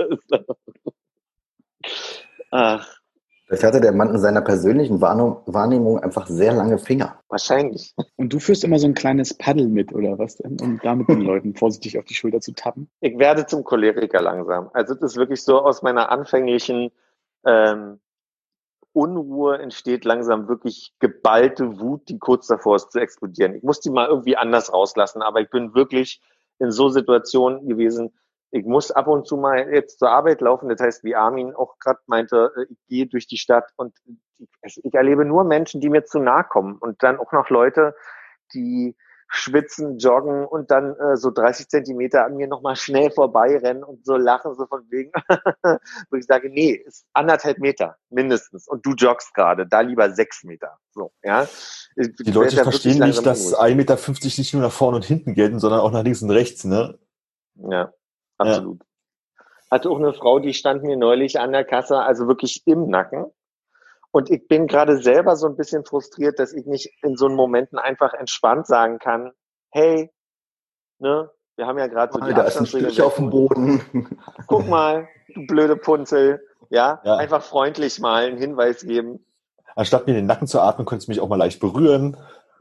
ach. Das hatte der Mann in seiner persönlichen Wahrnehmung einfach sehr lange Finger. Wahrscheinlich. Und du führst immer so ein kleines Paddel mit, oder was denn? Um damit den Leuten vorsichtig auf die Schulter zu tappen? Ich werde zum Choleriker langsam. Also das ist wirklich so aus meiner anfänglichen ähm, Unruhe entsteht langsam wirklich geballte Wut, die kurz davor ist zu explodieren. Ich muss die mal irgendwie anders rauslassen, aber ich bin wirklich in so Situationen gewesen, ich muss ab und zu mal jetzt zur Arbeit laufen. Das heißt, wie Armin auch gerade meinte, ich gehe durch die Stadt und ich, ich erlebe nur Menschen, die mir zu nahe kommen und dann auch noch Leute, die schwitzen, joggen und dann äh, so dreißig Zentimeter an mir nochmal schnell vorbeirennen und so lachen, so von wegen, wo ich sage, nee, ist anderthalb Meter mindestens und du joggst gerade, da lieber sechs Meter. So, ja. Ich, die Leute verstehen nicht, dass ein Meter fünfzig nicht nur nach vorne und hinten gelten, sondern auch nach links und rechts, ne? Ja, absolut. Ja. Hatte auch eine Frau, die stand mir neulich an der Kasse, also wirklich im Nacken. Und ich bin gerade selber so ein bisschen frustriert, dass ich nicht in so Momenten einfach entspannt sagen kann, hey, ne, wir haben ja gerade so die da ist ein Stich auf dem Boden. Guck mal, du blöde Punzel. Ja, ja, einfach freundlich mal einen Hinweis geben. Anstatt mir in den Nacken zu atmen, könntest du mich auch mal leicht berühren.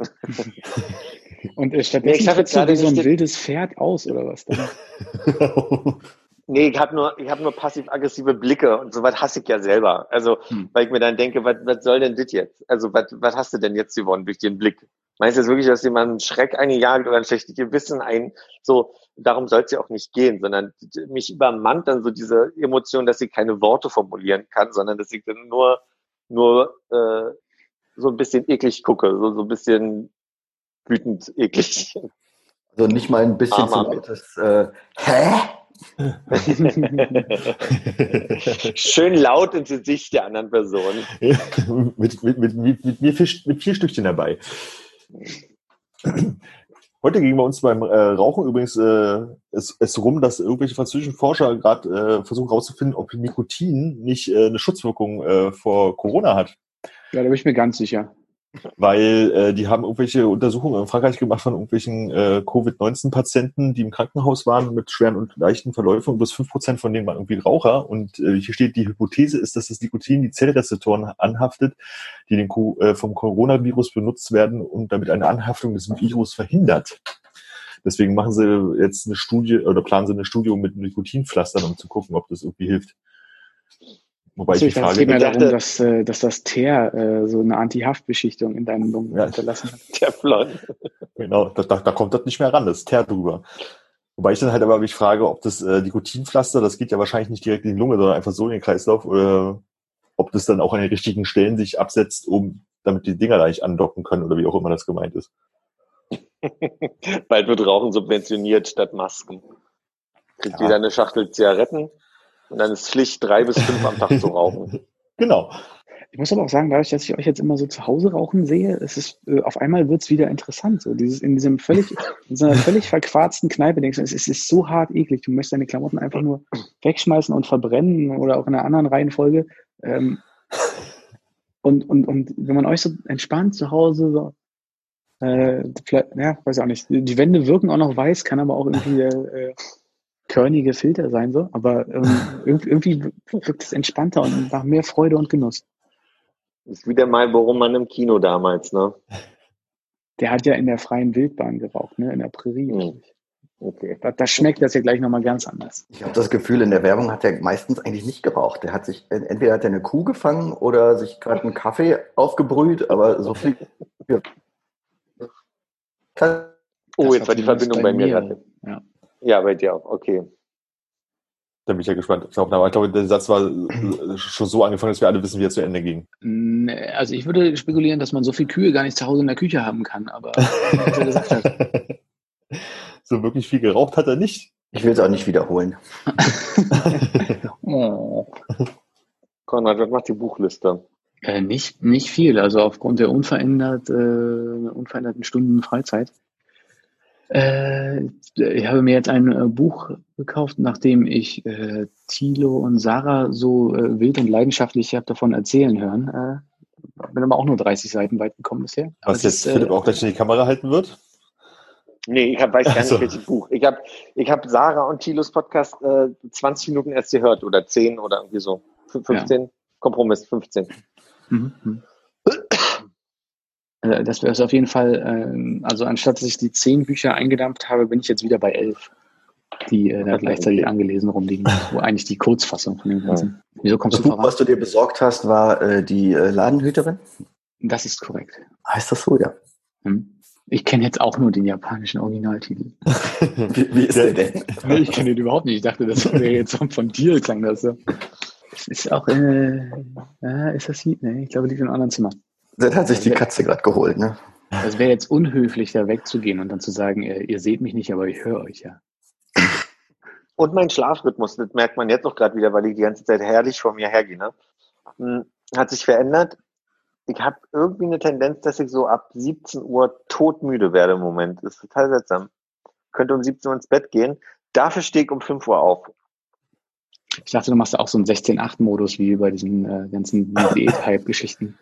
Und äh, stattdessen nee, trittst du wie so ein wildes Pferd aus, oder was dann? Nee, ich habe nur, ich habe nur passiv-aggressive Blicke und sowas hasse ich ja selber. Also, hm. weil ich mir dann denke, was, was soll denn das jetzt? Also, was, was hast du denn jetzt gewonnen durch den Blick? Meinst du jetzt wirklich, dass jemand einen Schreck eingejagt oder ein schlechtes Gewissen ein, so, darum soll es ja auch nicht gehen, sondern mich übermannt dann so diese Emotion, dass ich keine Worte formulieren kann, sondern dass ich dann nur, nur, äh, so ein bisschen eklig gucke, so, so ein bisschen wütend eklig. Also nicht mal ein bisschen zu lautes, äh, hä? Schön laut ins Gesicht der anderen Person. Ja, mit, mit, mit, mit, mit, mir vier, mit vier Stückchen dabei. Heute ging bei uns beim äh, Rauchen übrigens äh, es, es rum, dass irgendwelche französischen Forscher gerade äh, versuchen herauszufinden, ob Nikotin nicht äh, eine Schutzwirkung äh, vor Corona hat. Ja, da bin ich mir ganz sicher. Weil äh, die haben irgendwelche Untersuchungen in Frankreich gemacht von irgendwelchen äh, Covid neunzehn Patienten, die im Krankenhaus waren mit schweren und leichten Verläufen und bloß fünf Prozent von denen waren irgendwie Raucher. Und äh, hier steht, die Hypothese ist, dass das Nikotin die Zellrezeptoren anhaftet, die den Co- äh, vom Coronavirus benutzt werden und damit eine Anhaftung des Virus verhindert. Deswegen machen sie jetzt eine Studie oder planen sie eine Studie mit Nikotinpflastern, um zu gucken, ob das irgendwie hilft. Wobei also ich die Frage, es geht mir darum, dass, äh, dass das Teer äh, so eine Anti-Haftbeschichtung in deinen Lungen ja. hinterlassen hat. Teflon. Genau, da, da, da kommt das nicht mehr ran, das Teer drüber. Wobei ich dann halt aber mich frage, ob das äh, Nikotinpflaster, das geht ja wahrscheinlich nicht direkt in die Lunge, sondern einfach so in den Kreislauf, oder ob das dann auch an den richtigen Stellen sich absetzt, um damit die Dinger da nicht andocken können oder wie auch immer das gemeint ist. Bald wird Rauchen subventioniert statt Masken. Kriegt ja. jeder eine Schachtel Zigaretten. Und dann ist Pflicht, drei bis fünf am Tag zu rauchen. Genau. Ich muss aber auch sagen, dadurch, dass ich euch jetzt immer so zu Hause rauchen sehe, es ist, äh, auf einmal wird's wieder interessant. So dieses, in diesem völlig, in so einer völlig verquarzten Kneipe denkst du, es ist, es ist so hart eklig. Du möchtest deine Klamotten einfach nur wegschmeißen und verbrennen oder auch in einer anderen Reihenfolge. Ähm, und, und, und wenn man euch so entspannt zu Hause, so, äh, ja, weiß auch nicht, die Wände wirken auch noch weiß, kann aber auch irgendwie, äh, körnige Filter sein, so, aber ähm, irgendwie wirkt es entspannter und nach mehr Freude und Genuss. Das ist wieder mal, warum man im Kino damals, ne? Der hat ja in der freien Wildbahn geraucht, ne, in der Prärie. Hm. Okay. Da, da schmeckt das ja gleich nochmal ganz anders. Ich habe das Gefühl, in der Werbung hat er meistens eigentlich nicht geraucht. Der hat sich, entweder hat er eine Kuh gefangen oder sich gerade einen Kaffee aufgebrüht, aber so viel. Oh, jetzt war die Verbindung bei mir gerade. Ja. Ja, bei dir auch, okay. Da bin ich ja gespannt. Ich glaube, ich glaube, der Satz war schon so angefangen, dass wir alle wissen, wie er zu Ende ging. Also ich würde spekulieren, dass man so viel Kühe gar nicht zu Hause in der Küche haben kann, aber was er gesagt hat. So wirklich viel geraucht hat er nicht. Ich will es auch nicht wiederholen. Oh. Konrad, was macht die Buchliste? Äh, nicht, nicht viel, also aufgrund der unverändert, äh, unveränderten Stunden Freizeit. Äh, ich habe mir jetzt ein äh, Buch gekauft, nachdem ich äh, Thilo und Sarah so äh, wild und leidenschaftlich habe davon erzählen hören. Äh, bin aber auch nur dreißig Seiten weit gekommen bisher. Aber Was jetzt ist, äh, Philipp auch gleich in die Kamera halten wird? Nee, ich hab, weiß gar nicht, Also. welches Buch. Ich habe ich hab Sarah und Thilos Podcast äh, zwanzig Minuten erst gehört oder zehn oder irgendwie so. fünfzehn, ja. Kompromiss, fünfzehn. Mhm. Also das wäre auf jeden Fall, äh, also anstatt dass ich die zehn Bücher eingedampft habe, bin ich jetzt wieder bei elf, die äh, da gleichzeitig Okay. angelesen rumliegen, wo eigentlich die Kurzfassung von dem Ganzen. Wieso kommst Das du Buch, voran? was du dir besorgt hast, war äh, die äh, Ladenhüterin? Das ist korrekt. Heißt das so, ja? Hm. Ich kenne jetzt auch nur den japanischen Originaltitel. Wie, wie ist der denn? Nee, ich kenne den überhaupt nicht. Ich dachte, das wäre jetzt von, von dir, klang das so. Es ist auch, äh, äh, ist das hier? Nee, ich glaube, die liegt in einem anderen Zimmer. Der hat sich die Katze gerade geholt, ne? Es wäre jetzt unhöflich, da wegzugehen und dann zu sagen, ihr, ihr seht mich nicht, aber ich höre euch ja. Und mein Schlafrhythmus, das merkt man jetzt auch gerade wieder, weil ich die ganze Zeit herrlich vor mir hergehe, ne? Hm, hat sich verändert. Ich habe irgendwie eine Tendenz, dass ich so ab siebzehn Uhr todmüde werde im Moment. Das ist total seltsam. Könnte um siebzehn Uhr ins Bett gehen. Dafür stehe ich um fünf Uhr auf. Ich dachte, du machst auch so einen sechzehn acht Modus wie bei diesen äh, ganzen Diät-Hype-Geschichten.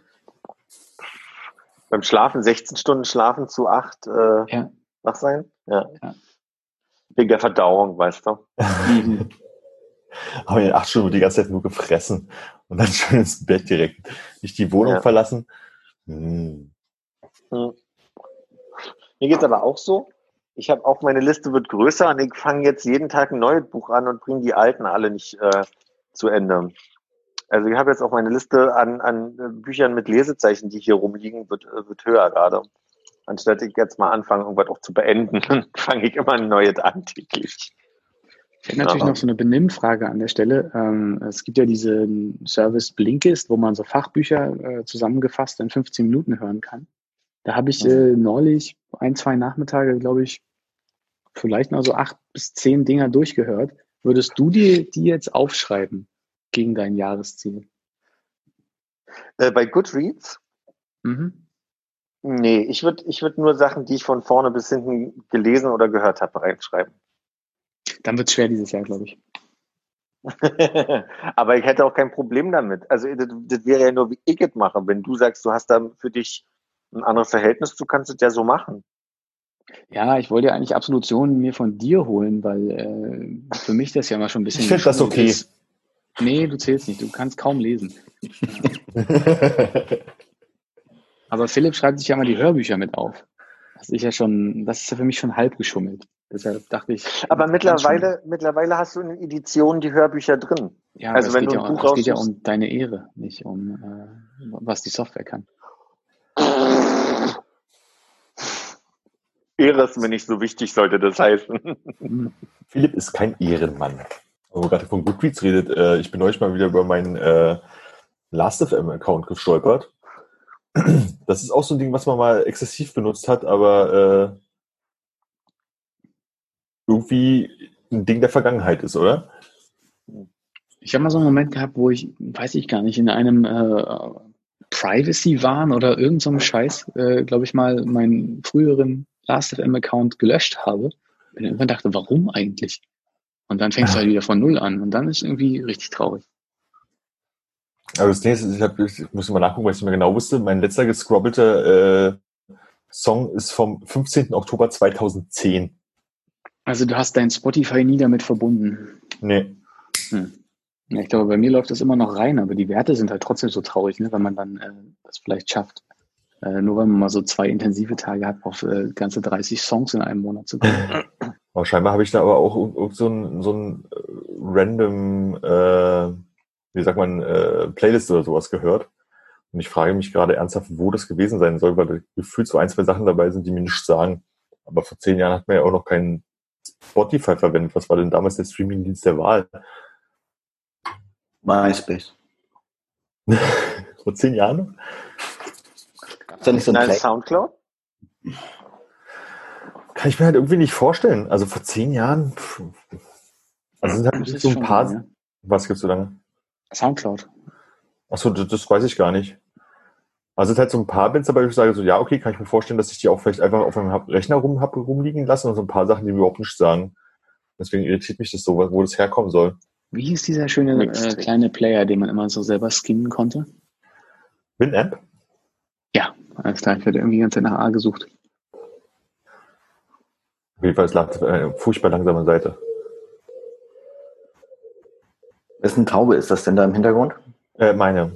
Beim Schlafen, sechzehn Stunden schlafen zu acht äh, Ja. wach sein? Ja. Ja. Wegen der Verdauung, weißt du. Mhm. Haben wir in acht Stunden die ganze Zeit nur gefressen und dann schön ins Bett direkt. Nicht die Wohnung Ja. verlassen. Hm. Hm. Mir geht's aber auch so. Ich habe auch, meine Liste wird größer und ich fange jetzt jeden Tag ein neues Buch an und bringe die alten alle nicht äh, zu Ende. Also ich habe jetzt auch meine Liste an, an Büchern mit Lesezeichen, die hier rumliegen, wird, wird höher gerade. Anstatt ich jetzt mal anfange, irgendwas auch zu beenden, fange ich immer ein neues an täglich. Ich hätte natürlich Ja. noch so eine Benimmfrage an der Stelle. Ähm, es gibt ja diesen Service Blinkist, wo man so Fachbücher äh, zusammengefasst in fünfzehn Minuten hören kann. Da habe ich äh, neulich ein, zwei Nachmittage, glaube ich, vielleicht mal so acht bis zehn Dinger durchgehört. Würdest du dir die jetzt aufschreiben gegen dein Jahresziel? Äh, bei Goodreads? Mhm. Nee, ich würde ich würd nur Sachen, die ich von vorne bis hinten gelesen oder gehört habe, reinschreiben. Dann wird es schwer dieses Jahr, glaube ich. Aber ich hätte auch kein Problem damit. Also das, das wäre ja nur, wie ich es mache. Wenn du sagst, du hast da für dich ein anderes Verhältnis, du kannst es ja so machen. Ja, ich wollte ja eigentlich Absolutionen mir von dir holen, weil äh, für mich das ja mal schon ein bisschen... Ich finde das geschult okay. ist. Nee, du zählst nicht. Du kannst kaum lesen. Aber Philipp schreibt sich ja mal die Hörbücher mit auf. Das ist ja schon, das ist ja für mich schon halb geschummelt. Deshalb dachte ich. Aber mittlerweile, mittlerweile hast du in Editionen die Hörbücher drin. Ja, also aber wenn es, du geht ein ja, Buch es geht ja raussuchst- um deine Ehre, nicht um äh, was die Software kann. Ehre ist mir nicht so wichtig, sollte das heißen. Hm. Philipp ist kein Ehrenmann. Wo gerade von Goodreads redet, äh, ich bin euch mal wieder über meinen äh, Last.F M-Account gestolpert. Das ist auch so ein Ding, was man mal exzessiv benutzt hat, aber äh, irgendwie ein Ding der Vergangenheit ist, oder? Ich habe mal so einen Moment gehabt, wo ich, weiß ich gar nicht, in einem äh, Privacy-Wahn oder irgend so einem Scheiß, äh, glaube ich mal, meinen früheren Last.F M-Account gelöscht habe. Und irgendwann dachte, warum eigentlich? Und dann fängst du halt wieder von Null an. Und dann ist irgendwie richtig traurig. Aber das Ding ist, ich, hab, ich muss mal nachgucken, weil ich nicht mehr genau wusste. Mein letzter gescrobbelter äh, Song ist vom fünfzehnten Oktober zweitausendzehn. Also du hast dein Spotify nie damit verbunden. Nee. Hm. Ja, ich glaube, bei mir läuft das immer noch rein, aber die Werte sind halt trotzdem so traurig, ne, wenn man dann äh, das vielleicht schafft. Äh, nur wenn man mal so zwei intensive Tage hat, auf äh, ganze dreißig Songs in einem Monat zu kommen. Aber scheinbar habe ich da aber auch irgend so ein, so ein äh, random, äh, wie sagt man, äh, Playlist oder sowas gehört. Und ich frage mich gerade ernsthaft, wo das gewesen sein soll, weil da gefühlt so ein, zwei Sachen dabei sind, die mir nichts sagen. Aber vor zehn Jahren hat man ja auch noch keinen Spotify verwendet. Was war denn damals der Streamingdienst der Wahl? MySpace. Vor zehn Jahren? Ist da nicht so ein Nein, Play? Soundcloud? Kann ich mir halt irgendwie nicht vorstellen. Also vor zehn Jahren, pff, also sind Das halt ist so ein schon paar, lange. was gibt's so lange? Soundcloud. Achso, das, das weiß ich gar nicht. Also es sind halt so ein paar Bands dabei, wo ich sage so, ja, okay, kann ich mir vorstellen, dass ich die auch vielleicht einfach auf einem Rechner rum hab rumliegen lassen und so ein paar Sachen, die mir überhaupt nichts sagen. Deswegen irritiert mich das so, wo das herkommen soll. Wie hieß dieser schöne äh, Mixtape. kleine Player, den man immer so selber skinnen konnte? Winamp? Alles klar, ich werde irgendwie die ganze Zeit nach A gesucht. Auf jeden Fall, es lag äh, furchtbar langsamer Seite. Wessen Taube ist das denn da im Hintergrund? Äh, meine.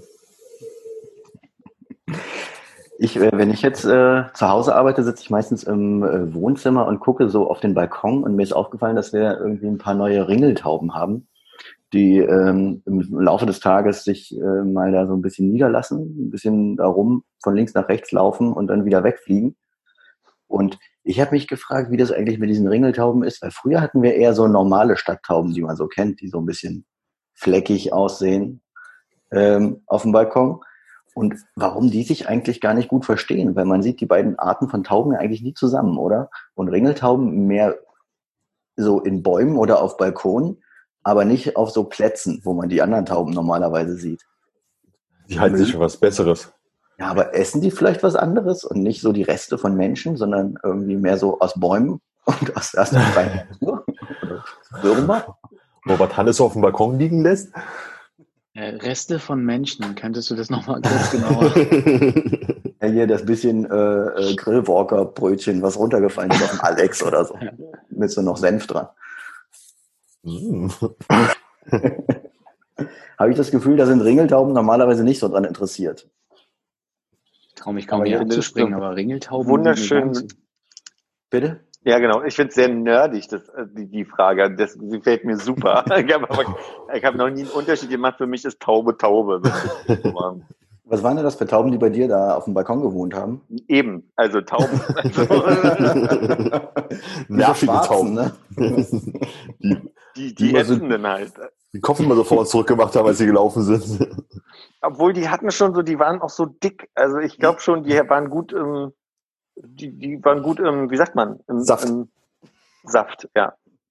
Ich, äh, wenn ich jetzt äh, zu Hause arbeite, sitze ich meistens im äh, Wohnzimmer und gucke so auf den Balkon und mir ist aufgefallen, dass wir irgendwie ein paar neue Ringeltauben haben, die ähm, im Laufe des Tages sich äh, mal da so ein bisschen niederlassen, ein bisschen darum von links nach rechts laufen und dann wieder wegfliegen. Und ich habe mich gefragt, wie das eigentlich mit diesen Ringeltauben ist, weil früher hatten wir eher so normale Stadttauben, die man so kennt, die so ein bisschen fleckig aussehen ähm, auf dem Balkon. Und warum die sich eigentlich gar nicht gut verstehen, weil man sieht die beiden Arten von Tauben ja eigentlich nie zusammen, oder? Und Ringeltauben mehr so in Bäumen oder auf Balkonen, aber nicht auf so Plätzen, wo man die anderen Tauben normalerweise sieht. Die halten sich für was Besseres. Ja, aber essen die vielleicht was anderes und nicht so die Reste von Menschen, sondern irgendwie mehr so aus Bäumen und aus, aus der freien Natur? Oder Würmer? Robert Hannes auf dem Balkon liegen lässt? Äh, Reste von Menschen, könntest du das nochmal kurz genauer? Ja, hier das bisschen äh, äh, Grillwalker-Brötchen, was runtergefallen ist auf dem Alex oder so. Mit so noch Senf dran. Mm. Habe ich das Gefühl, da sind Ringeltauben normalerweise nicht so dran interessiert. Ich traue mich kaum Aber hier ich finde es abzuspringen, so aber Ringeltauben... wunderschön. sind mir gar nicht Bitte? Ja, genau. Ich finde es sehr nerdig, das, äh, die, die Frage. Das sie fällt mir super. Ich habe aber, ich habe noch nie einen Unterschied gemacht. Für mich ist Taube Taube. Das ist so. Was waren denn das für Tauben, die bei dir da auf dem Balkon gewohnt haben? Eben, also Tauben. Also, Nervige Schwarzen, Tauben. ne? Die, die Die die immer so- ätzenden halt. den Kopf immer so vor uns zurückgemacht haben, als sie gelaufen sind. Obwohl die hatten schon so, die waren auch so dick. Also ich glaube schon, die waren gut im, die, die waren gut im, wie sagt man? Im Saft. Im Saft, ja.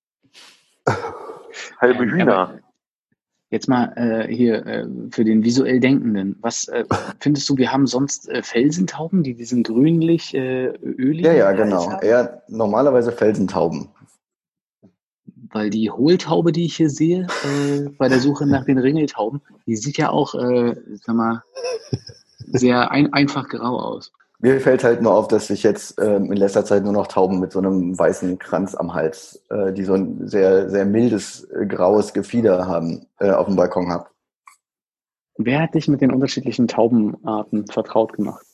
Halbe Ähm, Hühner. aber Jetzt mal äh, hier äh, für den visuell Denkenden. Was äh, findest du, wir haben sonst äh, Felsentauben, die diesen grünlich, äh, öligen Ja, ja, Hals genau. haben? Eher normalerweise Felsentauben. Weil die Hohltaube, die ich hier sehe, äh, bei der Suche nach den Ringeltauben, die sieht ja auch, äh, sag mal, sehr ein, einfach grau aus. Mir fällt halt nur auf, dass ich jetzt ähm, in letzter Zeit nur noch Tauben mit so einem weißen Kranz am Hals, äh, die so ein sehr, sehr mildes, äh, graues Gefieder haben, äh, auf dem Balkon habe. Wer hat dich mit den unterschiedlichen Taubenarten vertraut gemacht?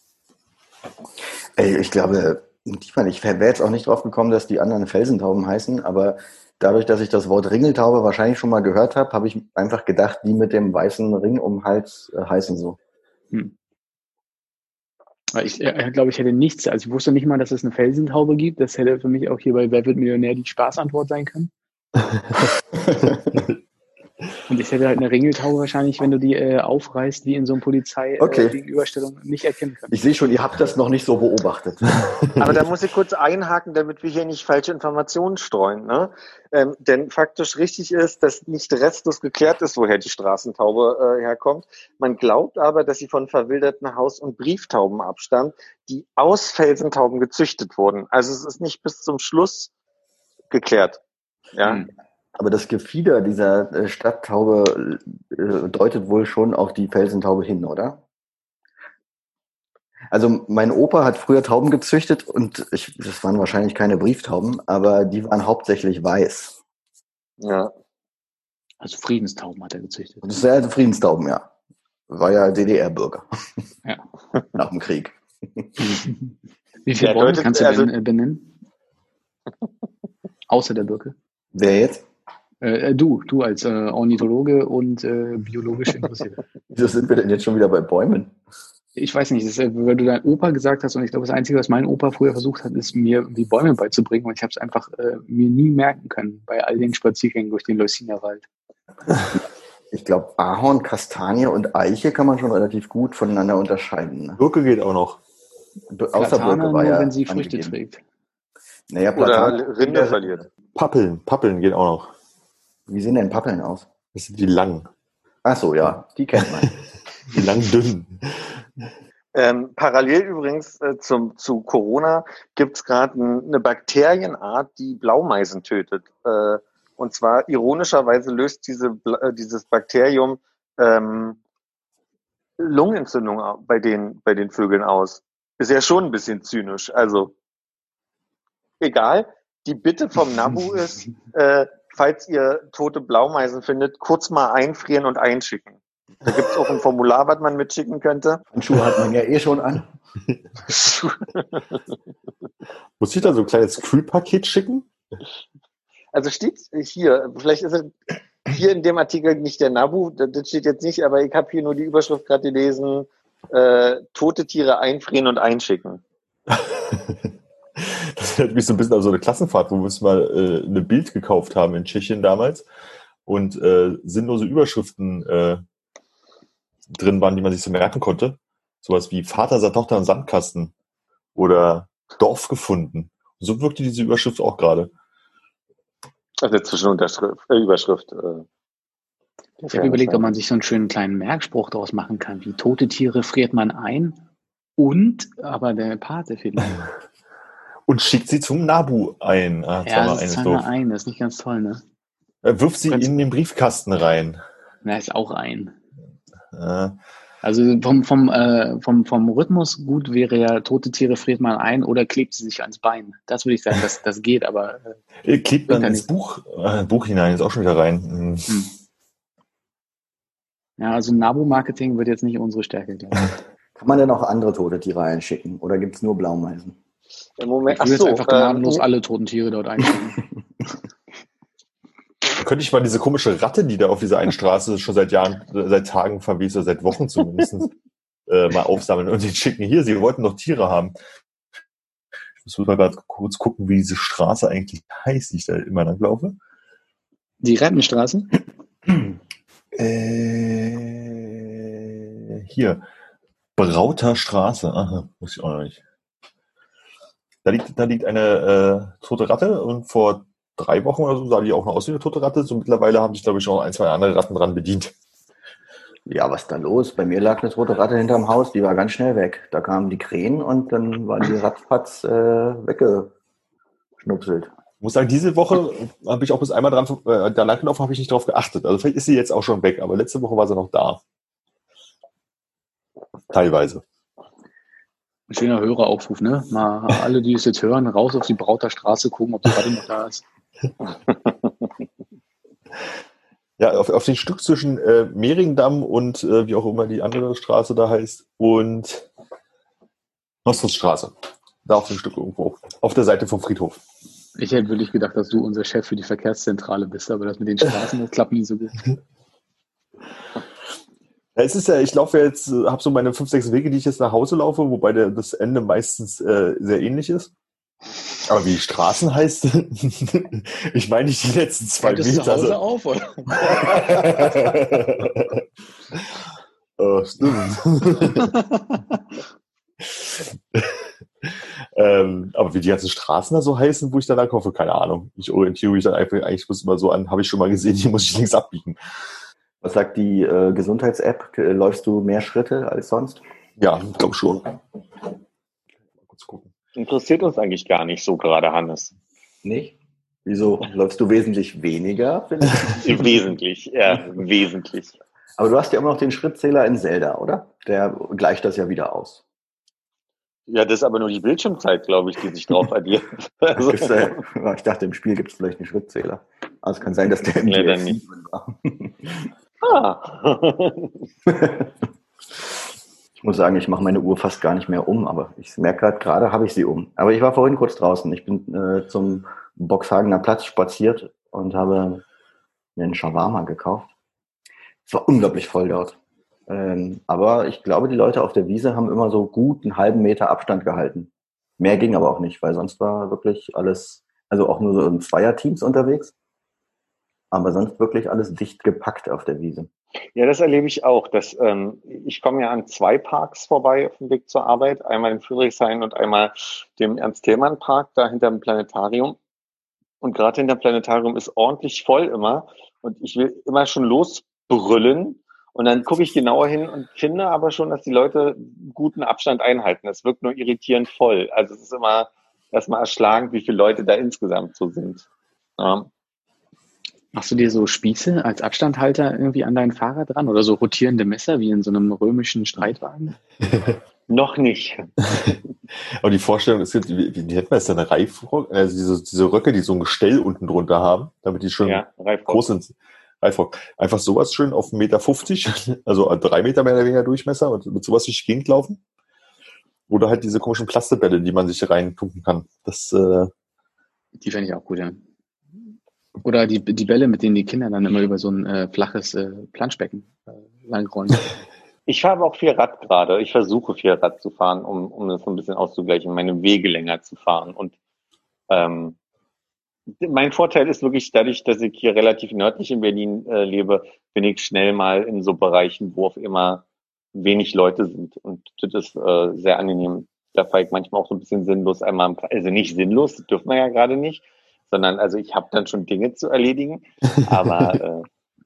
Ey, ich glaube, ich meine, ich wäre jetzt auch nicht drauf gekommen, dass die anderen Felsentauben heißen, aber dadurch, dass ich das Wort Ringeltaube wahrscheinlich schon mal gehört habe, habe ich einfach gedacht, die mit dem weißen Ring um den Hals äh, heißen so. Hm. Weil ich äh, glaube, ich hätte nichts, also ich wusste nicht mal, dass es eine Felsentaube gibt. Das hätte für mich auch hier bei Wer wird Millionär die Spaßantwort sein können. Und ich hätte halt eine Ringeltaube wahrscheinlich, wenn du die äh, aufreißt, wie in so einem Polizei-Gegenüberstellung, Okay. nicht erkennen können. Ich sehe schon, ihr habt das noch nicht so beobachtet. Aber da muss ich kurz einhaken, damit wir hier nicht falsche Informationen streuen. Ne? Ähm, denn faktisch richtig ist, dass nicht restlos geklärt ist, woher die Straßentaube äh, herkommt. Man glaubt aber, dass sie von verwilderten Haus- und Brieftauben abstammt, die aus Felsentauben gezüchtet wurden. Also es ist nicht bis zum Schluss geklärt. Ja. Hm. Aber das Gefieder dieser äh, Stadttaube äh, deutet wohl schon auf die Felsentaube hin, oder? Also mein Opa hat früher Tauben gezüchtet und ich, das waren wahrscheinlich keine Brieftauben, aber die waren hauptsächlich weiß. Ja. Also Friedenstauben hat er gezüchtet. Und das sind also Friedenstauben, ja. War ja D D R-Bürger. Ja. Nach dem Krieg. Wie viele Ja, Bäume deutet- kannst du also- denn äh, benennen? Außer der Birke. Wer jetzt? Äh, du, du als äh, Ornithologe und äh, biologisch Interessierte. Wieso sind wir denn jetzt schon wieder bei Bäumen? Ich weiß nicht, das ist, äh, weil du dein Opa gesagt hast, und ich glaube, das Einzige, was mein Opa früher versucht hat, ist mir die Bäume beizubringen, und ich habe es einfach äh, mir nie merken können bei all den Spaziergängen durch den Leucinerwald. Ich glaube, Ahorn, Kastanie und Eiche kann man schon relativ gut voneinander unterscheiden. Ne? Birke geht auch noch. Außer Platane Birke war nur, ja wenn sie Früchte angegeben. trägt. Naja, Oder Platan, Rinde verliert. Pappeln, Pappeln geht auch noch. Wie sehen denn Pappeln aus? Das sind die lang. Ach so, ja, die kennt man. Die lang dünn. Ähm, parallel übrigens äh, zum, zu Corona gibt es gerade ein, eine Bakterienart, die Blaumeisen tötet. Äh, und zwar ironischerweise löst diese, Bla- äh, dieses Bakterium ähm, Lungenentzündung au- bei den, bei den Vögeln aus. Ist ja schon ein bisschen zynisch. Also, egal. Die Bitte vom Nabu ist, äh, falls ihr tote Blaumeisen findet, kurz mal einfrieren und einschicken. Da gibt es auch ein Formular, was man mitschicken könnte. Handschuhe hat man ja eh schon an. Muss ich da so ein kleines Kühlpaket schicken? Also steht hier, vielleicht ist es hier in dem Artikel nicht der Nabu, das steht jetzt nicht, aber ich habe hier nur die Überschrift gerade gelesen, äh, tote Tiere einfrieren und einschicken. Das erinnert mich so ein bisschen an so eine Klassenfahrt, wo wir uns mal äh, eine Bild gekauft haben in Tschechien damals und äh, sinnlose Überschriften äh, drin waren, die man sich so merken konnte. Sowas wie Vater sah Tochter im Sandkasten oder Dorf gefunden. So wirkte diese Überschrift auch gerade. Also Zwischenunterschrift, äh, Überschrift. Äh, Ich habe überlegt, ob man sich so einen schönen kleinen Merkspruch daraus machen kann, wie tote Tiere friert man ein und, aber der Pate fehlt noch. Und schickt sie zum Nabu ein. Ah, Ja, zweimal das ist eines zweimal doof. ein, das ist nicht ganz toll, ne? Er wirft sie Kannst- in den Briefkasten rein. Na, ist auch ein. Äh, Also vom, vom, äh, vom, vom Rhythmus gut wäre ja, tote Tiere friert man ein oder klebt sie sich ans Bein. Das würde ich sagen, das, das geht, aber äh, klebt man Bringt ja ins nichts. Buch, äh, Buch hinein, ist auch schon wieder rein. Hm. hm. Ja, also Nabu-Marketing wird jetzt nicht unsere Stärke, glaube ich. Kann man denn auch andere tote Tiere einschicken? Oder gibt es nur Blaumeisen? Im Moment, Ich würde jetzt achso, einfach gnadenlos ähm, alle toten Tiere dort einschicken. Könnte ich mal diese komische Ratte, die da auf dieser einen Straße schon seit Jahren, äh, seit Tagen verwies, oder seit Wochen zumindest, äh, mal aufsammeln und den schicken. Hier, sie wollten doch Tiere haben. Ich muss mal gerade kurz gucken, wie diese Straße eigentlich heißt, die ich da immer lang laufe. Die Rattenstraße? Äh, hier. Brauter Straße. Aha, muss ich auch noch nicht. Da liegt, da liegt eine äh, tote Ratte und vor drei Wochen oder so sah die auch noch aus wie eine tote Ratte. So mittlerweile haben sich, glaube ich, schon ein, zwei andere Ratten dran bedient. Ja, was ist da los? Bei mir lag eine tote Ratte hinterm Haus, die war ganz schnell weg. Da kamen die Krähen und dann war die ratzfatz äh, weggeschnupselt. Ich muss sagen, diese Woche habe ich auch bis einmal dran, äh, da langgelaufen, habe ich nicht drauf geachtet. Also vielleicht ist sie jetzt auch schon weg, aber letzte Woche war sie noch da. Teilweise. Ein schöner Höreraufruf, ne? Mal alle, die es jetzt hören, raus auf die Brauter Straße gucken, ob die Ratte noch da ist. Ja, auf, auf den Stück zwischen äh, Mehringdamm und äh, wie auch immer die andere Straße da heißt und Nostrusstraße. Da auf dem Stück irgendwo. Auf der Seite vom Friedhof. Ich hätte wirklich gedacht, dass du unser Chef für die Verkehrszentrale bist, aber das mit den Straßen, das klappt nie so gut. Ja, es ist ja, ich laufe jetzt, habe so meine fünf, sechs Wege, die ich jetzt nach Hause laufe, wobei der, das Ende meistens äh, sehr ähnlich ist. Aber wie die Straßen heißt, ich meine nicht die letzten zwei Hört es zu Meter. Hause Also, auf, oder? oh, stimmt. ähm, aber wie die ganzen Straßen da so heißen, wo ich dann laufe, keine Ahnung. Ich orientiere mich dann einfach, eigentlich muss immer so an, habe ich schon mal gesehen, hier muss ich links abbiegen. Was sagt die äh, Gesundheits-App? Äh, Läufst du mehr Schritte als sonst? Ja, ich glaube schon. Mal kurz gucken. interessiert uns eigentlich gar nicht so gerade, Hannes. Nicht? Wieso? Läufst du wesentlich weniger? Vielleicht? Wesentlich, ja, wesentlich. Aber du hast ja immer noch den Schrittzähler in Zelda, oder? Der gleicht das ja wieder aus. Ja, das ist aber nur die Bildschirmzeit, glaube ich, die sich drauf addiert. Also, Gibt's da, ich dachte, im Spiel gibt es vielleicht einen Schrittzähler. Aber es kann sein, dass der im Nee, D L C dann nicht. drin war. ah. Ich muss sagen, ich mache meine Uhr fast gar nicht mehr um, aber ich merke gerade, gerade habe ich sie um. Aber ich war vorhin kurz draußen. Ich bin äh, zum Boxhagener Platz spaziert und habe mir einen Shawarma gekauft. Es war unglaublich voll dort. Ähm, aber ich glaube, die Leute auf der Wiese haben immer so gut einen halben Meter Abstand gehalten. Mehr ging aber auch nicht, weil sonst war wirklich alles, also auch nur so in Zweierteams unterwegs. Aber sonst wirklich alles dicht gepackt auf der Wiese. Ja, das erlebe ich auch. Dass, ähm, ich komme ja an zwei Parks vorbei auf dem Weg zur Arbeit. Einmal in Friedrichshain und einmal dem Ernst-Thälmann-Park, da hinter dem Planetarium. Und gerade hinter dem Planetarium ist ordentlich voll immer. Und ich will immer schon losbrüllen. Und dann gucke ich genauer hin und finde aber schon, dass die Leute guten Abstand einhalten. Es wirkt nur irritierend voll. Also es ist immer erstmal erschlagend, wie viele Leute da insgesamt so sind. Ja. Machst du dir so Spieße als Abstandhalter irgendwie an dein Fahrrad dran oder so rotierende Messer wie in so einem römischen Streitwagen? Noch nicht. Aber die Vorstellung, es gibt, wie, wie nennt man das denn, Reifrock? Also diese, diese Röcke, die so ein Gestell unten drunter haben, damit die schön Ja, Reifrock. groß sind. Reifrock. Einfach sowas schön auf eins Meter fünfzig, also drei Meter mehr oder weniger Durchmesser und mit sowas durch die Gegend laufen. Oder halt diese komischen Plastikbälle, die man sich reintunken kann. Das, äh, Die fände ich auch gut, ja. Oder die, die Bälle, mit denen die Kinder dann immer über so ein äh, flaches äh, Planschbecken äh, langrollen. Ich fahre aber auch viel Rad gerade. Ich versuche viel Rad zu fahren, um, um das so ein bisschen auszugleichen, meine Wege länger zu fahren. Und ähm, mein Vorteil ist wirklich dadurch, dass ich hier relativ nördlich in Berlin äh, lebe, bin ich schnell mal in so Bereichen, wo auf immer wenig Leute sind. Und das ist äh, sehr angenehm. Da fahre ich manchmal auch so ein bisschen sinnlos einmal am Tag. Also nicht sinnlos, das dürfen wir ja gerade nicht, sondern also ich habe dann schon Dinge zu erledigen. Aber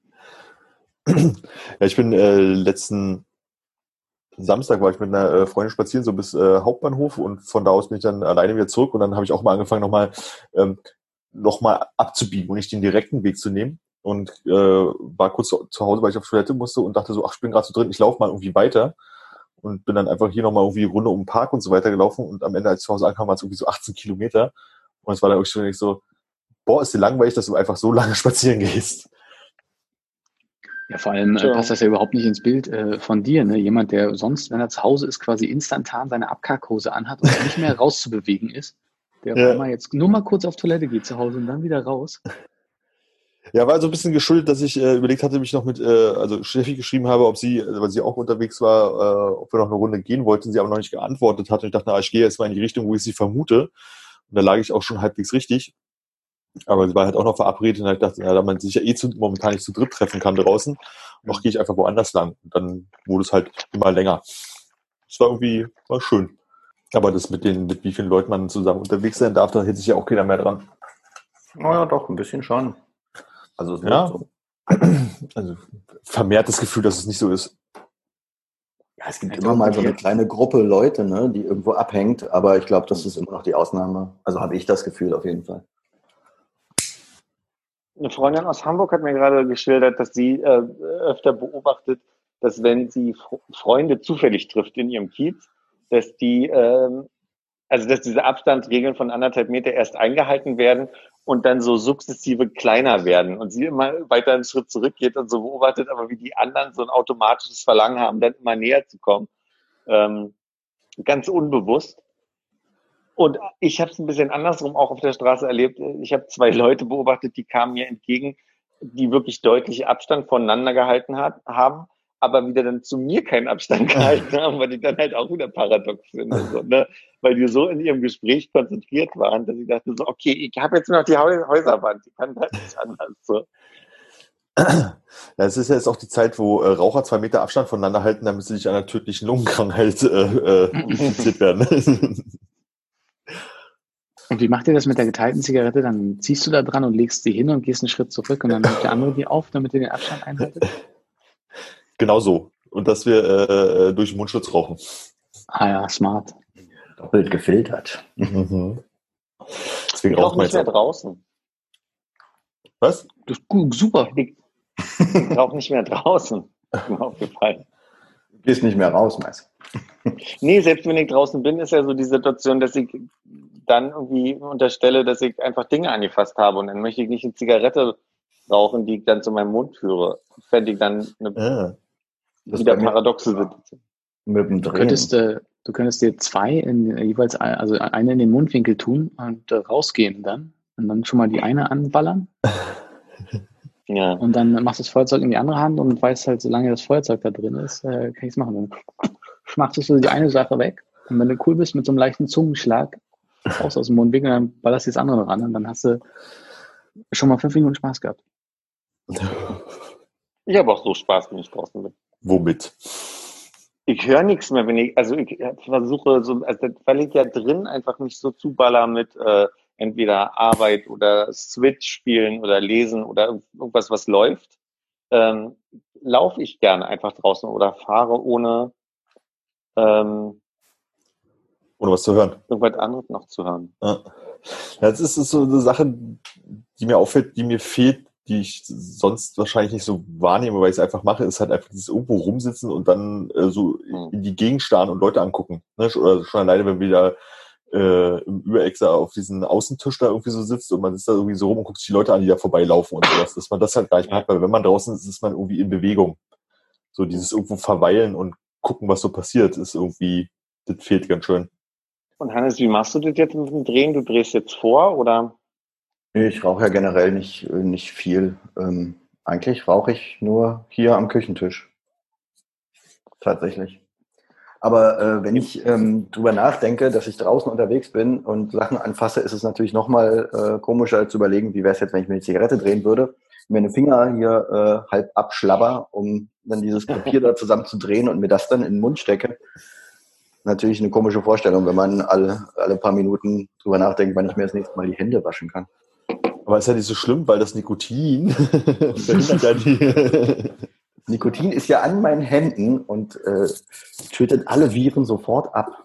äh, ja, ich bin äh, letzten Samstag war ich mit einer äh, Freundin spazieren, so bis äh, Hauptbahnhof und von da aus bin ich dann alleine wieder zurück und dann habe ich auch mal angefangen, nochmal ähm, noch mal abzubiegen und nicht den direkten Weg zu nehmen und äh, war kurz zu, zu Hause, weil ich auf Toilette musste und dachte so, ach, ich bin gerade so drin, ich laufe mal irgendwie weiter und bin dann einfach hier nochmal irgendwie eine Runde um den Park und so weiter gelaufen und am Ende, als ich zu Hause ankam, war es irgendwie so achtzehn Kilometer und es war dann irgendwie so, boah, ist dir langweilig, dass du einfach so lange spazieren gehst. Ja, vor allem äh, Ja. passt das ja überhaupt nicht ins Bild äh, von dir, ne? Jemand, der sonst, wenn er zu Hause ist, quasi instantan seine Abkackhose anhat und nicht mehr rauszubewegen ist, der auf Ja. einmal jetzt nur mal kurz auf Toilette geht zu Hause und dann wieder raus. Ja, war so ein bisschen geschuldet, dass ich äh, überlegt hatte, mich noch mit, äh, also Steffi geschrieben habe, ob sie, also, weil sie auch unterwegs war, äh, ob wir noch eine Runde gehen wollten, sie aber noch nicht geantwortet hat und ich dachte, na, ich gehe jetzt mal in die Richtung, wo ich sie vermute. Und da lag ich auch schon halbwegs richtig. Aber sie war halt auch noch verabredet und ich dachte, ja, da man sich ja eh zu, momentan nicht zu dritt treffen kann draußen, noch gehe ich einfach woanders lang. Und dann wurde es halt immer länger. Es war irgendwie, war schön. Aber das mit den, mit wie vielen Leuten man zusammen unterwegs sein darf, da hält sich ja auch keiner mehr dran. Naja, doch, ein bisschen schon. Also es wird Ja. so. Also vermehrt das Gefühl, dass es nicht so ist. Ja, es gibt Ja, immer doch, mal so eine okay. kleine Gruppe Leute, ne, die irgendwo abhängt, aber ich glaube, das ist immer noch die Ausnahme. Also habe ich das Gefühl auf jeden Fall. eine Freundin aus Hamburg hat mir gerade geschildert, dass sie äh, öfter beobachtet, dass wenn sie Fre- Freunde zufällig trifft in ihrem Kiez, dass die, ähm, also dass diese Abstandsregeln von anderthalb Meter erst eingehalten werden und dann so sukzessive kleiner werden und sie immer weiter einen Schritt zurückgeht und so beobachtet, aber wie die anderen so ein automatisches Verlangen haben, dann immer näher zu kommen, ähm, ganz unbewusst. Und ich habe es ein bisschen andersrum auch auf der Straße erlebt. Ich habe zwei Leute beobachtet, die kamen mir entgegen, die wirklich deutlich Abstand voneinander gehalten hat, haben, aber wieder dann zu mir keinen Abstand gehalten haben, weil ich dann halt auch wieder paradox finde. So, ne? Weil die so in ihrem Gespräch konzentriert waren, dass ich dachte so, okay, ich habe jetzt nur noch die Hau- Häuserwand, ich kann halt nicht anders. So. Ja, es ist ja jetzt auch die Zeit, wo äh, Raucher zwei Meter Abstand voneinander halten, damit sie nicht an einer tödlichen Lungenkrankheit äh, äh, infiziert werden. Und wie macht ihr das mit der geteilten Zigarette? Dann ziehst du da dran und legst sie hin und gehst einen Schritt zurück und dann nimmt der andere die auf, damit ihr den Abstand einhaltet? Genau so. Und dass wir äh, durch den Mundschutz rauchen. Ah ja, smart. Doppelt gefiltert. Mhm. Deswegen Ich raucht rauche man nicht jetzt mehr auch. draußen. Was? Das ist gut, super. Ich, ich rauche nicht mehr draußen. Ist mir aufgefallen. Du gehst nicht mehr raus, meist. Nee, selbst wenn ich draußen bin, ist ja so die Situation, dass ich dann irgendwie unterstelle, dass ich einfach Dinge angefasst habe und dann möchte ich nicht eine Zigarette rauchen, die ich dann zu meinem Mund führe. Fände ich dann eine Ah. Das wieder bei mir paradoxe Situation. mit dem Du Drehen. könntest, äh, du könntest dir zwei in äh, jeweils, ein- also eine in den Mundwinkel tun und äh, rausgehen dann. Und dann schon mal die eine anballern. Ja. Und dann machst du das Feuerzeug in die andere Hand und weißt halt, solange das Feuerzeug da drin ist, äh, kann ich es machen. Dann schmachtest du die eine Sache weg. Und wenn du cool bist, mit so einem leichten Zungenschlag raus aus dem Mundwinkel, dann ballerst du das andere noch an. Und dann hast du schon mal fünf Minuten Spaß gehabt. Ich habe auch so Spaß, wenn ich draußen bin. Womit? Ich höre nichts mehr, wenn ich, also ich versuche so, also weil ich ja drin einfach mich so zuballer mit äh, entweder Arbeit oder Switch spielen oder lesen oder irgendwas, was läuft, ähm, laufe ich gerne einfach draußen oder fahre ohne ähm, Ohne was zu hören. irgendwas anderes noch zu hören. Ja. Ja, das ist so eine Sache, die mir auffällt, die mir fehlt, die ich sonst wahrscheinlich nicht so wahrnehme, weil ich es einfach mache, ist halt einfach dieses irgendwo rumsitzen und dann äh, so in die Gegend starren und Leute angucken. Ne? Oder schon alleine, wenn wir da äh, im Überexer auf diesen Außentisch da irgendwie so sitzt und man sitzt da irgendwie so rum und guckt sich die Leute an, die da vorbeilaufen und sowas, dass man das halt gar nicht mehr hat, weil wenn man draußen ist, ist man irgendwie in Bewegung. So dieses irgendwo verweilen und gucken, was so passiert, ist irgendwie, das fehlt ganz schön. Und Hannes, wie machst du das jetzt mit dem Drehen? Du drehst jetzt vor, oder? Ich rauche ja generell nicht, nicht viel. Ähm, eigentlich rauche ich nur hier am Küchentisch. Tatsächlich. Aber äh, wenn ich ähm, drüber nachdenke, dass ich draußen unterwegs bin und Sachen anfasse, ist es natürlich nochmal äh, komischer zu überlegen, wie wäre es jetzt, wenn ich mir eine Zigarette drehen würde, mir eine Finger hier äh, halb abschlabber, um dann dieses Papier da zusammen zu drehen und mir das dann in den Mund stecke. Natürlich eine komische Vorstellung, wenn man alle, alle paar Minuten drüber nachdenkt, wann ich mir das nächste Mal die Hände waschen kann. Aber ist ja nicht so schlimm, weil das Nikotin verhindert ja die... Nikotin ist ja an meinen Händen und äh, tötet alle Viren sofort ab.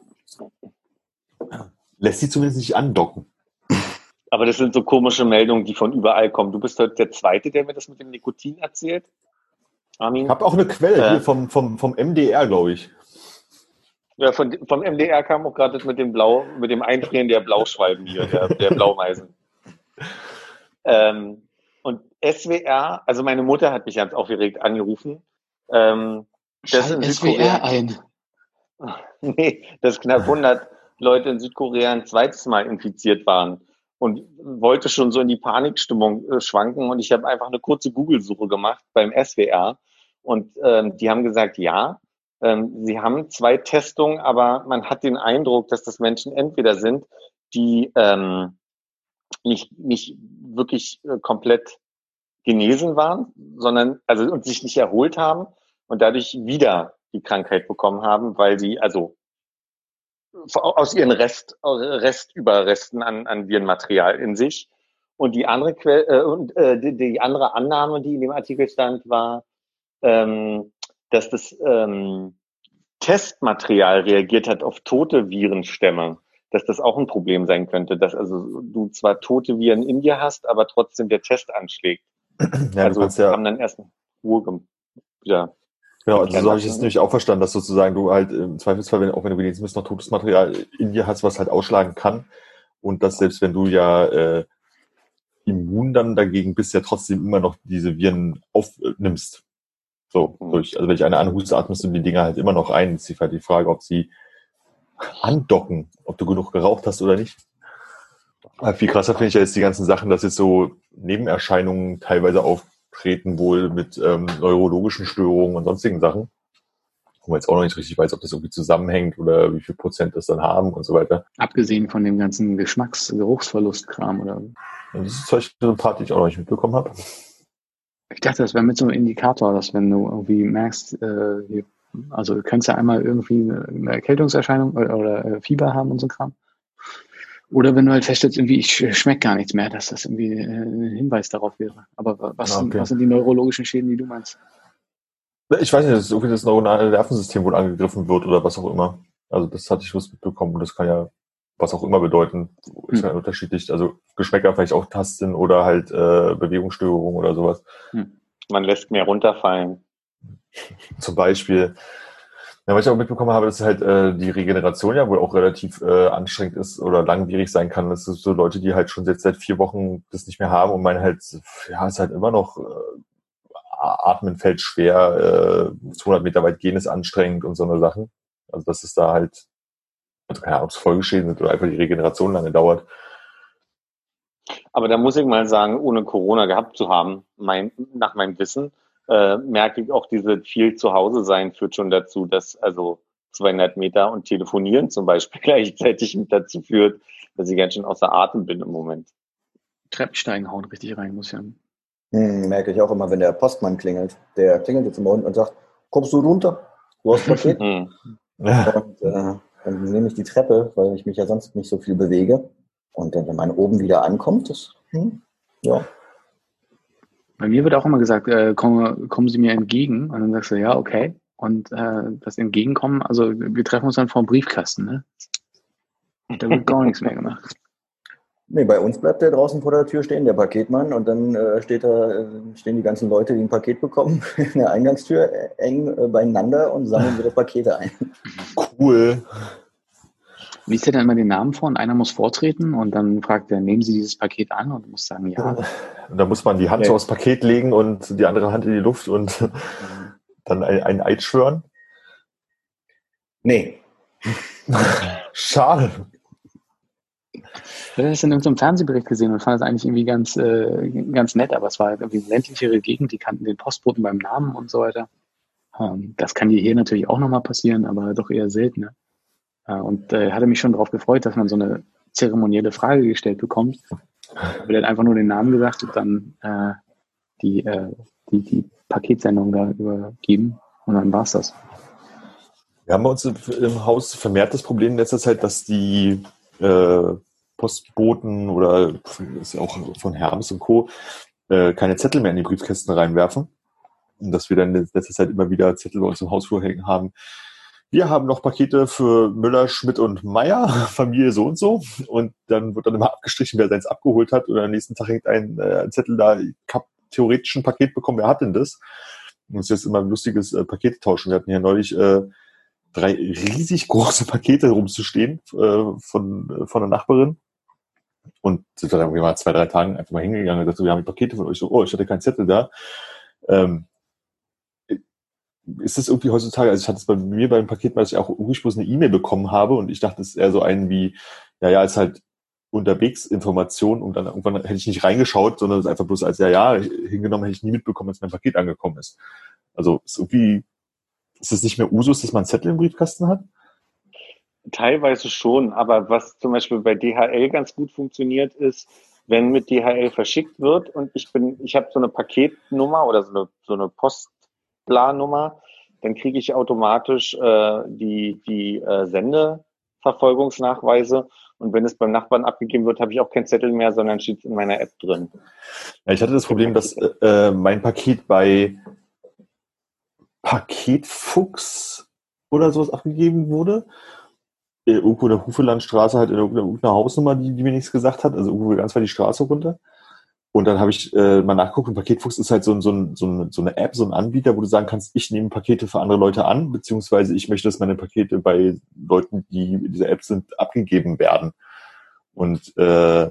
Lässt sie zumindest nicht andocken. Aber das sind so komische Meldungen, die von überall kommen. Du bist heute der Zweite, der mir das mit dem Nikotin erzählt, Armin. Ich habe auch eine Quelle äh, hier vom, vom, vom M D R, glaube ich. Ja, von, vom M D R kam auch gerade das mit dem Blau, mit dem Einfrieren der Blauschwalben hier, der, der Blaumeisen. ähm, Und S W R, also meine Mutter hat mich ganz aufgeregt angerufen. Ähm, das in S W R ein. Nee, dass knapp hundert Leute in Südkorea ein zweites Mal infiziert waren und wollte schon so in die Panikstimmung äh, schwanken. Und ich habe einfach eine kurze Google-Suche gemacht beim S W R. Und ähm, die haben gesagt, ja, ähm, sie haben zwei Testungen, aber man hat den Eindruck, dass das Menschen entweder sind, die ähm, nicht, nicht wirklich äh, komplett genesen waren, sondern also und sich nicht erholt haben und dadurch wieder die Krankheit bekommen haben, weil sie also aus ihren Rest, Restüberresten an, an Virenmaterial in sich. Und die andere Quelle äh, und äh, die, die andere Annahme, die in dem Artikel stand, war, ähm, dass das ähm, Testmaterial reagiert hat auf tote Virenstämme, dass das auch ein Problem sein könnte, dass also du zwar tote Viren in dir hast, aber trotzdem der Test anschlägt. Ja, also du kannst ja, haben dann erst Ruhe wieder. genau, also so habe ich es nämlich auch verstanden, dass sozusagen du halt im Zweifelsfall, wenn, auch wenn du genesen bist, noch totes Material in dir hast, was halt ausschlagen kann. Und dass selbst wenn du ja äh, immun dann dagegen bist, ja trotzdem immer noch diese Viren aufnimmst. So, Mhm. durch, also wenn ich eine anhuste, atmest du die Dinger halt immer noch ein. Es ist halt die Frage, ob sie andocken, ob du genug geraucht hast oder nicht. Aber viel krasser finde ich ja jetzt die ganzen Sachen, dass jetzt so Nebenerscheinungen teilweise auftreten, wohl mit ähm, neurologischen Störungen und sonstigen Sachen. Wo man jetzt auch noch nicht richtig weiß, ob das irgendwie zusammenhängt oder wie viel Prozent das dann haben und so weiter. Abgesehen von dem ganzen Geschmacks-, Geruchsverlustkram oder. Und das ist zum Beispiel so ein Part, die ich auch noch nicht mitbekommen habe. Ich dachte, das wäre mit so einem Indikator, dass wenn du irgendwie merkst, äh, hier, also du kannst ja einmal irgendwie eine Erkältungserscheinung oder, oder äh, Fieber haben und so Kram. Oder wenn du halt feststellst, irgendwie, ich schmecke gar nichts mehr, dass das irgendwie äh, ein Hinweis darauf wäre. Aber was, Okay. sind, was sind die neurologischen Schäden, die du meinst? Ich weiß nicht, dass irgendwie das neuronale Nervensystem wohl angegriffen wird oder was auch immer. Also das hatte ich was mitbekommen und das kann ja was auch immer bedeuten. Ist ja Hm. unterschiedlich. Also Geschmäcker vielleicht auch Tasten oder halt äh, Bewegungsstörungen oder sowas. Hm. Man lässt mehr runterfallen. Zum Beispiel. Ja, was ich auch mitbekommen habe, dass halt äh, die Regeneration ja wohl auch relativ äh, anstrengend ist oder langwierig sein kann. Das ist so Leute, die halt schon jetzt seit vier Wochen das nicht mehr haben und meinen halt, ja, ist halt immer noch äh, Atmen fällt schwer, äh, zweihundert Meter weit gehen ist anstrengend und so eine Sachen. Also dass es da halt, also keine Ahnung, ob es Folgeschäden sind oder einfach die Regeneration lange dauert. Aber da muss ich mal sagen, ohne Corona gehabt zu haben, mein, nach meinem Wissen, äh, merke ich auch, diese viel zu Hause sein führt schon dazu, dass also zweihundert Meter und Telefonieren zum Beispiel gleichzeitig mit dazu führt, dass ich ganz schön außer Atem bin im Moment. Treppensteigen hauen richtig rein, muss ja. Hm, merke ich auch immer, wenn der Postmann klingelt. Der klingelt jetzt immer unten und sagt, kommst du runter? Du hast Paket? Hm. Und äh, dann nehme ich die Treppe, weil ich mich ja sonst nicht so viel bewege. Und dann, wenn man oben wieder ankommt, das, hm, ja. Bei mir wird auch immer gesagt, äh, komm, kommen Sie mir entgegen. Und dann sagst du, ja, okay. Und äh, das Entgegenkommen, also wir treffen uns dann vor dem Briefkasten, ne? Da wird gar nichts mehr gemacht. Nee, bei uns bleibt der draußen vor der Tür stehen, der Paketmann, und dann äh, steht da, äh, stehen die ganzen Leute, die ein Paket bekommen, in der Eingangstür äh, eng äh, beieinander und sammeln ihre Pakete ein. Cool. Liest er dann immer den Namen vor und einer muss vortreten und dann fragt er, nehmen Sie dieses Paket an, und du musst sagen, ja. Und da muss man die Hand Okay. so aufs Paket legen und die andere Hand in die Luft und dann ein, ein Eid schwören. Nee. Schade. Ich habe das in irgendeinem Fernsehbericht gesehen und fand das eigentlich irgendwie ganz, äh, ganz nett, aber es war halt irgendwie eine ländlichere Gegend, die kannten den Postboten beim Namen und so weiter. Ähm, das kann dir hier natürlich auch nochmal passieren, aber doch eher seltener. Äh, und äh, hatte mich schon darauf gefreut, dass man so eine zeremonielle Frage gestellt bekommt. Da wird halt einfach nur den Namen gesagt und dann äh, die, äh, die, die Paketsendung da übergeben und dann war's das. Wir haben bei uns im Haus vermehrt das Problem in letzter Zeit, dass die äh, Postboten oder ist ja auch von Hermes und Co. Äh, keine Zettel mehr in die Briefkästen reinwerfen. Und dass wir dann in letzter Zeit immer wieder Zettel bei uns im Hausflur hängen haben. Wir haben noch Pakete für Müller, Schmidt und Meier, Familie so und so. Und dann wird dann immer abgestrichen, wer seins abgeholt hat. Und am nächsten Tag hängt ein, äh, ein Zettel da, ich habe theoretisch ein Paket bekommen, wer hat denn das? Und es ist jetzt immer ein lustiges äh, Paketetauschen. Wir hatten ja neulich äh, drei riesig große Pakete rumzustehen äh, von, von einer Nachbarin. Und sind dann irgendwie mal zwei, drei Tagen einfach mal hingegangen und gesagt, wir haben die Pakete von euch. So, oh, ich hatte keinen Zettel da. Ähm, ist das irgendwie heutzutage, also ich hatte es bei mir beim Paket, weil ich auch irgendwie bloß eine E-Mail bekommen habe und ich dachte, es ist eher so ein wie, ja, ja, ist halt unterwegs Information und dann irgendwann hätte ich nicht reingeschaut, sondern es ist einfach bloß als, ja, ja, hingenommen hätte ich nie mitbekommen, dass mein Paket angekommen ist. Also ist irgendwie, ist es nicht mehr Usus, dass man einen Zettel im Briefkasten hat? Teilweise schon, aber was zum Beispiel bei D H L ganz gut funktioniert ist, wenn mit D H L verschickt wird und ich bin, ich habe so eine Paketnummer oder so eine, so eine Postplannummer, dann kriege ich automatisch äh, die, die äh, Sendeverfolgungsnachweise und wenn es beim Nachbarn abgegeben wird, habe ich auch keinen Zettel mehr, sondern steht es in meiner App drin. Ja, ich hatte das Problem, dass äh, mein Paket bei Paketfuchs oder sowas abgegeben wurde. Irgendwo in der Hufelandstraße halt in irgendeiner Hausnummer, die, die mir nichts gesagt hat, also irgendwo ganz weit die Straße runter. Und dann habe ich äh, mal nachgeguckt, und Paketfuchs ist halt so, ein, so, ein, so, ein, so eine App, so ein Anbieter, wo du sagen kannst, ich nehme Pakete für andere Leute an, beziehungsweise ich möchte, dass meine Pakete bei Leuten, die in dieser App sind, abgegeben werden. Und äh,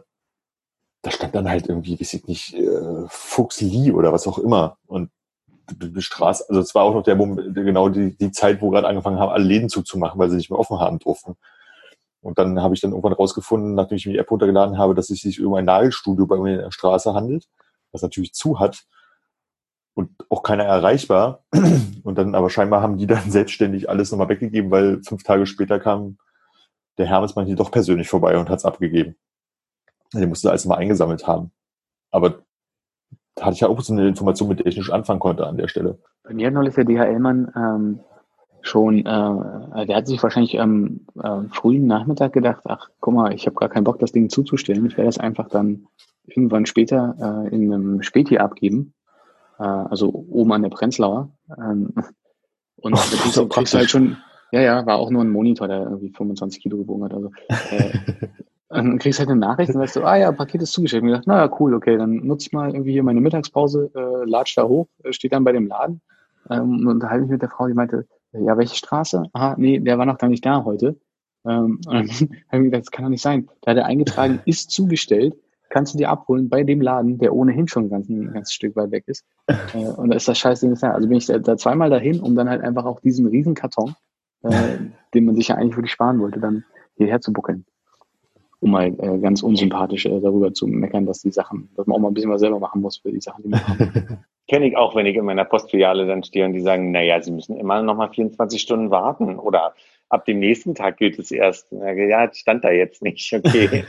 da stand dann halt irgendwie, weiß ich nicht, äh, Fuchs Lee oder was auch immer. Und die Straße, also es war auch noch der Moment, genau die, die Zeit, wo gerade angefangen haben, alle Läden zuzumachen, weil sie nicht mehr offen haben durften. Und dann habe ich dann irgendwann rausgefunden, nachdem ich mir die App runtergeladen habe, dass es sich um ein Nagelstudio bei mir in der Straße handelt, was natürlich zu hat und auch keiner erreichbar. Und dann aber scheinbar haben die dann selbstständig alles nochmal weggegeben, weil fünf Tage später kam der Hermes manchmal doch persönlich vorbei und hat es abgegeben. Der musste alles mal eingesammelt haben. Aber da hatte ich ja auch so eine Information, mit der ich nicht anfangen konnte an der Stelle. Bei mir hat neulich der D H L-Mann ähm, schon, äh, der hat sich wahrscheinlich am ähm, äh, frühen Nachmittag gedacht, ach, guck mal, ich habe gar keinen Bock, das Ding zuzustellen. Ich werde das einfach dann irgendwann später äh, in einem Späti abgeben. Äh, also oben an der Prenzlauer. Ähm, und Ach, da kriegst du kriegst du halt schon, ja, ja, war auch nur ein Monitor, der irgendwie fünfundzwanzig Kilo gewogen hat. Also, äh, dann kriegst halt eine Nachricht und sagst so, ah ja, Paket ist zugeschickt. Und ich dachte, naja, cool, okay, dann nutze ich mal irgendwie hier meine Mittagspause, äh, latsch da hoch, äh, steht dann bei dem Laden ähm, und unterhalte mich mit der Frau, die meinte, ja, welche Straße? Aha, nee, der war noch gar nicht da heute. Ähm, und dann habe ich mir gedacht, das kann doch nicht sein. Da hat er eingetragen, ist zugestellt, kannst du dir abholen bei dem Laden, der ohnehin schon ein ganzes, ein ganzes Stück weit weg ist. Äh, und da ist das Scheißding nicht da. Also bin ich da, da zweimal dahin, um dann halt einfach auch diesen riesen Karton, äh, den man sich ja eigentlich wirklich sparen wollte, dann hierher zu buckeln. Um mal äh, ganz unsympathisch äh, darüber zu meckern, dass die Sachen, dass man auch mal ein bisschen was selber machen muss für die Sachen, die man macht. Kenne ich auch, wenn ich in meiner Postfiliale dann stehe und die sagen, naja, sie müssen immer noch mal vierundzwanzig Stunden warten oder ab dem nächsten Tag gilt es erst. Ja, das stand da jetzt nicht, okay.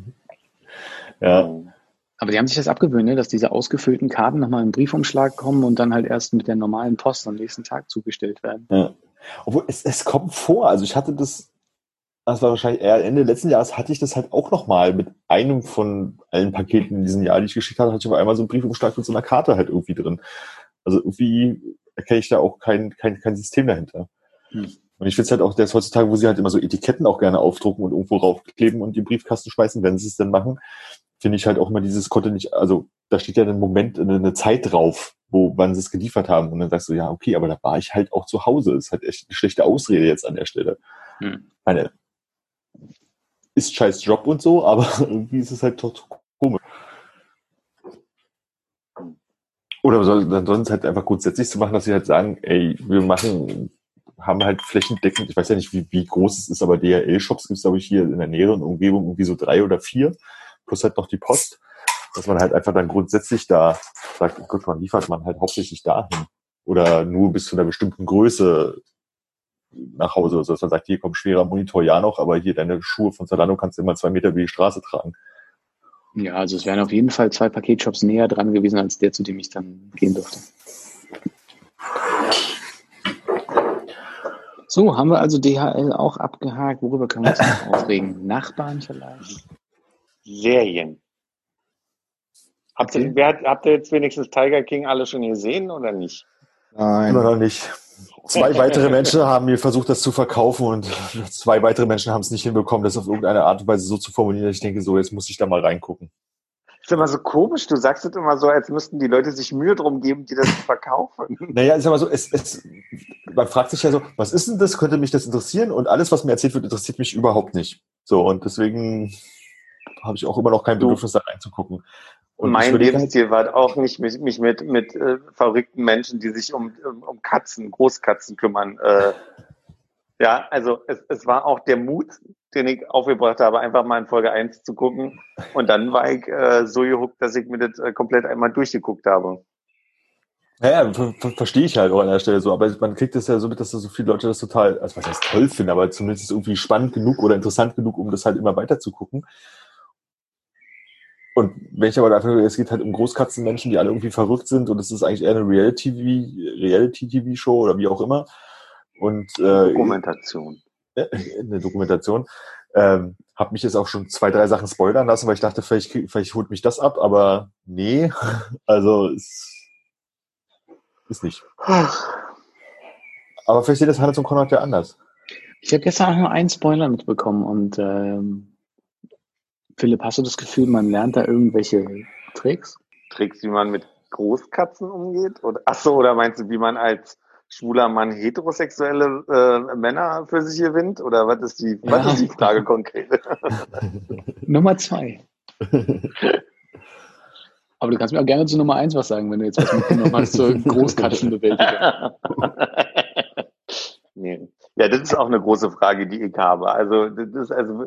Ja. Aber die haben sich das abgewöhnt, ne, dass diese ausgefüllten Karten nochmal im Briefumschlag kommen und dann halt erst mit der normalen Post am nächsten Tag zugestellt werden. Ja. Obwohl, es, es kommt vor, also ich hatte das, das war wahrscheinlich eher Ende letzten Jahres, hatte ich das halt auch nochmal mit einem von allen Paketen in diesem Jahr, die ich geschickt habe, hatte ich auf einmal so einen Briefumschlag mit so einer Karte halt irgendwie drin. Also irgendwie erkenne ich da auch kein, kein, kein System dahinter. Hm. Und ich finde es halt auch, dass heutzutage, wo sie halt immer so Etiketten auch gerne aufdrucken und irgendwo raufkleben und die Briefkasten schmeißen, wenn sie es denn machen, finde ich halt auch immer dieses, konnte nicht, also da steht ja ein Moment, eine, eine Zeit drauf, wo wann sie es geliefert haben. Und dann sagst du, ja, okay, aber da war ich halt auch zu Hause. Das ist halt echt eine schlechte Ausrede jetzt an der Stelle. Hm. Meine, ist scheiß Job und so, aber irgendwie ist es halt doch komisch. Oder soll, dann sollen es halt einfach grundsätzlich zu machen, dass sie halt sagen, ey, wir machen, haben halt flächendeckend, ich weiß ja nicht, wie, wie groß es ist, aber D H L-Shops gibt es, glaube ich, hier in der näheren Umgebung irgendwie so drei oder vier, plus halt noch die Post, dass man halt einfach dann grundsätzlich da sagt, oh Gott, man liefert man halt hauptsächlich dahin. Oder nur bis zu einer bestimmten Größe nach Hause, also dass man sagt, hier kommt schwerer Monitor ja noch, aber hier deine Schuhe von Zalando kannst du immer zwei Meter über die Straße tragen. Ja, also es wären auf jeden Fall zwei Paketshops näher dran gewesen, als der, zu dem ich dann gehen durfte. So, haben wir also D H L auch abgehakt. Worüber können wir uns noch aufregen? Nachbarn vielleicht? Serien. Habt ihr, wer hat, habt ihr jetzt wenigstens Tiger King alle schon gesehen oder nicht? Nein. Immer noch nicht. Zwei weitere Menschen haben mir versucht, das zu verkaufen und zwei weitere Menschen haben es nicht hinbekommen, das auf irgendeine Art und Weise so zu formulieren, dass ich denke, so, jetzt muss ich da mal reingucken. Das ist immer so komisch, du sagst es immer so, als müssten die Leute sich Mühe drum geben, dir das zu verkaufen. Naja, ich sag mal so, es, es, man fragt sich ja so, was ist denn das, könnte mich das interessieren? Und alles, was mir erzählt wird, interessiert mich überhaupt nicht. So, und deswegen habe ich auch immer noch kein Bedürfnis, da reinzugucken. Und mein Lebensziel war auch nicht, mich, mich mit, mit äh, verrückten Menschen, die sich um, um, um Katzen, Großkatzen kümmern. Äh, ja, also es, es war auch der Mut, den ich aufgebracht habe, einfach mal in Folge eins zu gucken. Und dann war ich äh, so gehuckt, dass ich mir das äh, komplett einmal durchgeguckt habe. Ja, ver- ver- verstehe ich halt auch an der Stelle so. Aber man kriegt es ja so mit, dass da so viele Leute das total, also was heißt toll finden, aber zumindest irgendwie spannend genug oder interessant genug, um das halt immer weiter zu gucken. Und wenn ich aber dafür, es geht halt um Großkatzenmenschen, die alle irgendwie verrückt sind und es ist eigentlich eher eine Reality-T V-Show oder wie auch immer. Und äh, Dokumentation. Äh, eine Dokumentation. Ähm, hab mich jetzt auch schon zwei, drei Sachen spoilern lassen, weil ich dachte, vielleicht, vielleicht holt mich das ab, aber nee. Also ist, ist nicht. Aber vielleicht sieht das Hannes und Konrad ja anders. Ich habe gestern auch nur einen Spoiler mitbekommen und ähm, Philipp, hast du das Gefühl, man lernt da irgendwelche Tricks? Tricks, wie man mit Großkatzen umgeht? Oder, ach so, oder meinst du, wie man als schwuler Mann heterosexuelle äh, Männer für sich gewinnt? Oder was ist die, ja. was ist die Frage konkret? Nummer zwei. Aber du kannst mir auch gerne zu Nummer eins was sagen, wenn du jetzt was mitgenommen hast zur Großkatzenbewältigung. Nee. Ja, das ist auch eine große Frage, die ich habe. Also, das ist also...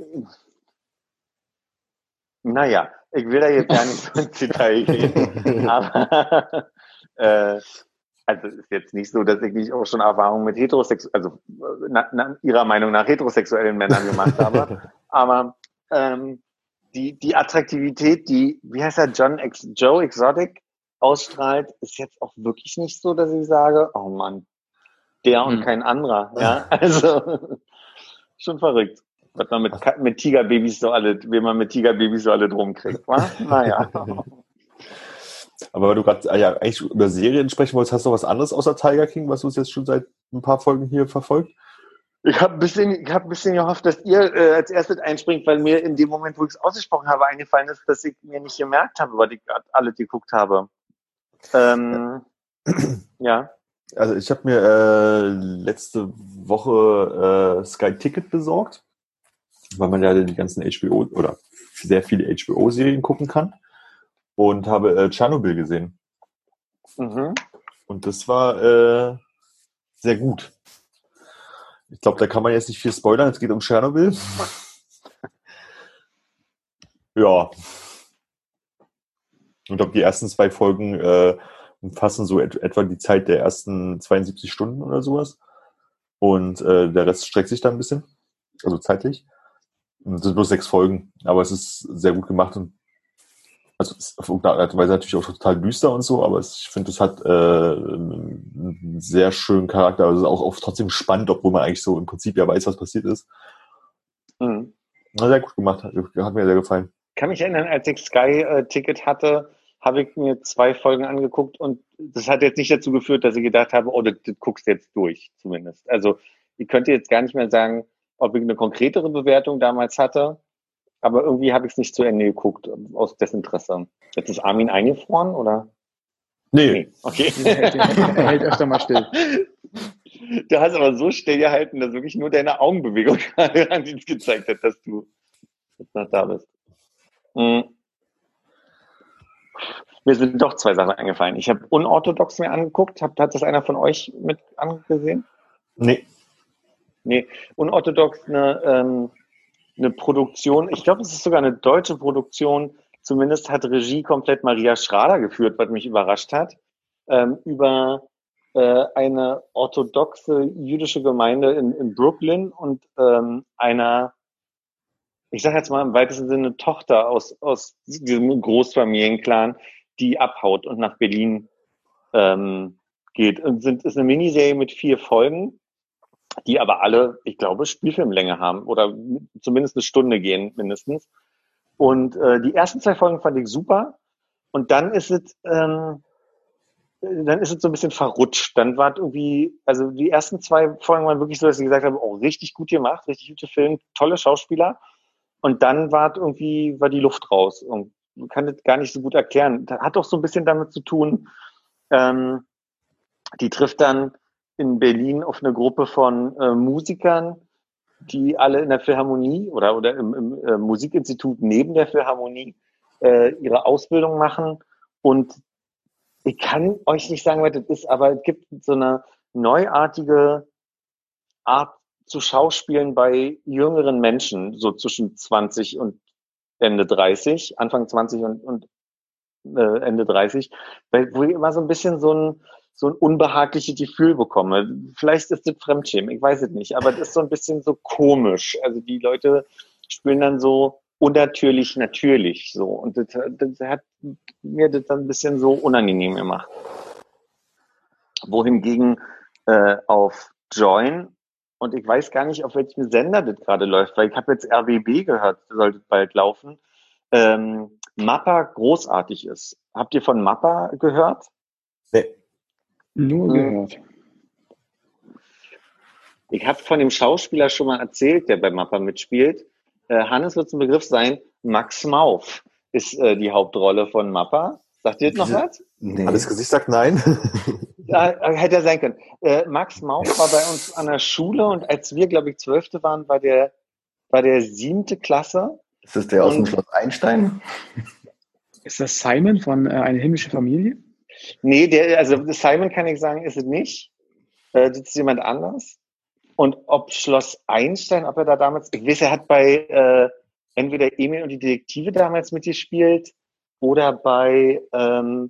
Naja, ich will da jetzt gar nicht so ins Detail gehen, aber äh, also ist jetzt nicht so, dass ich nicht auch schon Erfahrungen mit heterosexuellen, also na, na, ihrer Meinung nach heterosexuellen Männern gemacht habe, aber ähm, die die Attraktivität, die, wie heißt er, John Ex, Joe Exotic ausstrahlt, ist jetzt auch wirklich nicht so, dass ich sage, oh Mann, der und hm. kein anderer, ja, also schon verrückt. Was man mit, mit Tigerbabys so alle, wie man mit Tigerbabys so alle drum kriegt, wa? Naja. Aber weil du gerade ja, eigentlich über Serien sprechen wolltest, hast du noch was anderes außer Tiger King, was du uns jetzt schon seit ein paar Folgen hier verfolgt? Ich habe ein bisschen, ich habe ein bisschen gehofft, dass ihr äh, als erstes einspringt, weil mir in dem Moment, wo ich es ausgesprochen habe, eingefallen ist, dass ich mir nicht gemerkt habe, was ich alle geguckt habe. Ähm, ja. Also ich habe mir äh, letzte Woche äh, Sky Ticket besorgt, weil man ja die ganzen H B O oder sehr viele H B O-Serien gucken kann, und habe äh, Tschernobyl gesehen. Mhm. Und das war äh, sehr gut. Ich glaube, da kann man jetzt nicht viel spoilern. Es geht um Tschernobyl. Ja. Ich glaube, die ersten zwei Folgen äh, umfassen so et- etwa die Zeit der ersten zweiundsiebzig Stunden oder sowas. Und äh, der Rest streckt sich dann ein bisschen, also zeitlich. Und es sind bloß sechs Folgen, aber es ist sehr gut gemacht und also es ist auf irgendeine Art und Weise natürlich auch total düster und so, aber es, ich finde, es hat äh, einen sehr schönen Charakter. Also es ist auch, auch trotzdem spannend, obwohl man eigentlich so im Prinzip ja weiß, was passiert ist. Mhm. Na, sehr gut gemacht, hat, hat mir sehr gefallen. Ich kann mich erinnern, als ich Sky-Ticket hatte, habe ich mir zwei Folgen angeguckt und das hat jetzt nicht dazu geführt, dass ich gedacht habe, oh, das, das guckst du jetzt durch, zumindest. Also ich könnte jetzt gar nicht mehr sagen, ob ich eine konkretere Bewertung damals hatte, aber irgendwie habe ich es nicht zu Ende geguckt, aus Desinteresse. Jetzt ist Armin eingefroren, oder? Nee. Nee, okay. Er hält, er hält öfter mal still. Du hast aber so still gehalten, dass wirklich nur deine Augenbewegung gerade an dich gezeigt hat, dass du jetzt noch da bist. Mhm. Mir sind doch zwei Sachen eingefallen. Ich habe Unorthodox mir angeguckt. Hat, hat das einer von euch mit angesehen? Nee. Nee, Unorthodox eine, ähm, eine Produktion. Ich glaube, es ist sogar eine deutsche Produktion. Zumindest hat Regie komplett Maria Schrader geführt, was mich überrascht hat. Ähm, über äh, eine orthodoxe jüdische Gemeinde in, in Brooklyn und ähm, einer, ich sage jetzt mal im weitesten Sinne, Tochter aus, aus diesem Großfamilienclan, die abhaut und nach Berlin ähm, geht. Und sind, ist eine Miniserie mit vier Folgen, die aber alle, ich glaube, Spielfilmlänge haben oder zumindest eine Stunde gehen mindestens. Und äh, die ersten zwei Folgen fand ich super. Und dann ist es, ähm, dann ist es so ein bisschen verrutscht. Dann war es irgendwie, also die ersten zwei Folgen waren wirklich so, dass ich gesagt habe, oh, richtig gut gemacht, richtig guter Film, tolle Schauspieler. Und dann war es irgendwie, war die Luft raus. Und man kann das gar nicht so gut erklären. Das hat doch so ein bisschen damit zu tun, ähm, die trifft dann in Berlin auf eine Gruppe von äh, Musikern, die alle in der Philharmonie oder, oder im, im äh, Musikinstitut neben der Philharmonie äh, ihre Ausbildung machen. Und ich kann euch nicht sagen, was das ist, aber es gibt so eine neuartige Art zu Schauspielen bei jüngeren Menschen, so zwischen zwanzig und Ende dreißig, Anfang zwanzig und, und äh, Ende dreißig, weil, wo ich immer so ein bisschen so ein, so ein unbehagliches Gefühl bekomme. Vielleicht ist das Fremdschämen, ich weiß es nicht, aber das ist so ein bisschen so komisch. Also die Leute spielen dann so unnatürlich natürlich so und das, das hat mir das dann ein bisschen so unangenehm gemacht. Wohingegen äh, auf Join, und ich weiß gar nicht, auf welchem Sender das gerade läuft, weil ich habe jetzt R B B gehört, sollte bald laufen, ähm, Mappa großartig ist. Habt ihr von Mappa gehört? Nee. Nur gehört. Ich habe von dem Schauspieler schon mal erzählt, der bei Mappa mitspielt. Äh, Hannes wird es ein Begriff sein. Max Mauf ist äh, die Hauptrolle von Mappa. Sagt ihr das noch was? Nee. Alles Gesicht sagt nein. Ja, hätte er sein können. Äh, Max Mauf war bei uns an der Schule und als wir, glaube ich, Zwölfte waren, war der, war der siebte Klasse. Ist das der aus dem Und- Schloss Einstein? Ist das Simon von äh, Eine himmlische Familie? Nee, der, also Simon kann ich sagen, ist es nicht. Äh, das ist jemand anders. Und ob Schloss Einstein, ob er da damals, ich weiß, er hat bei äh, entweder Emil und die Detektive damals mitgespielt oder bei, ähm,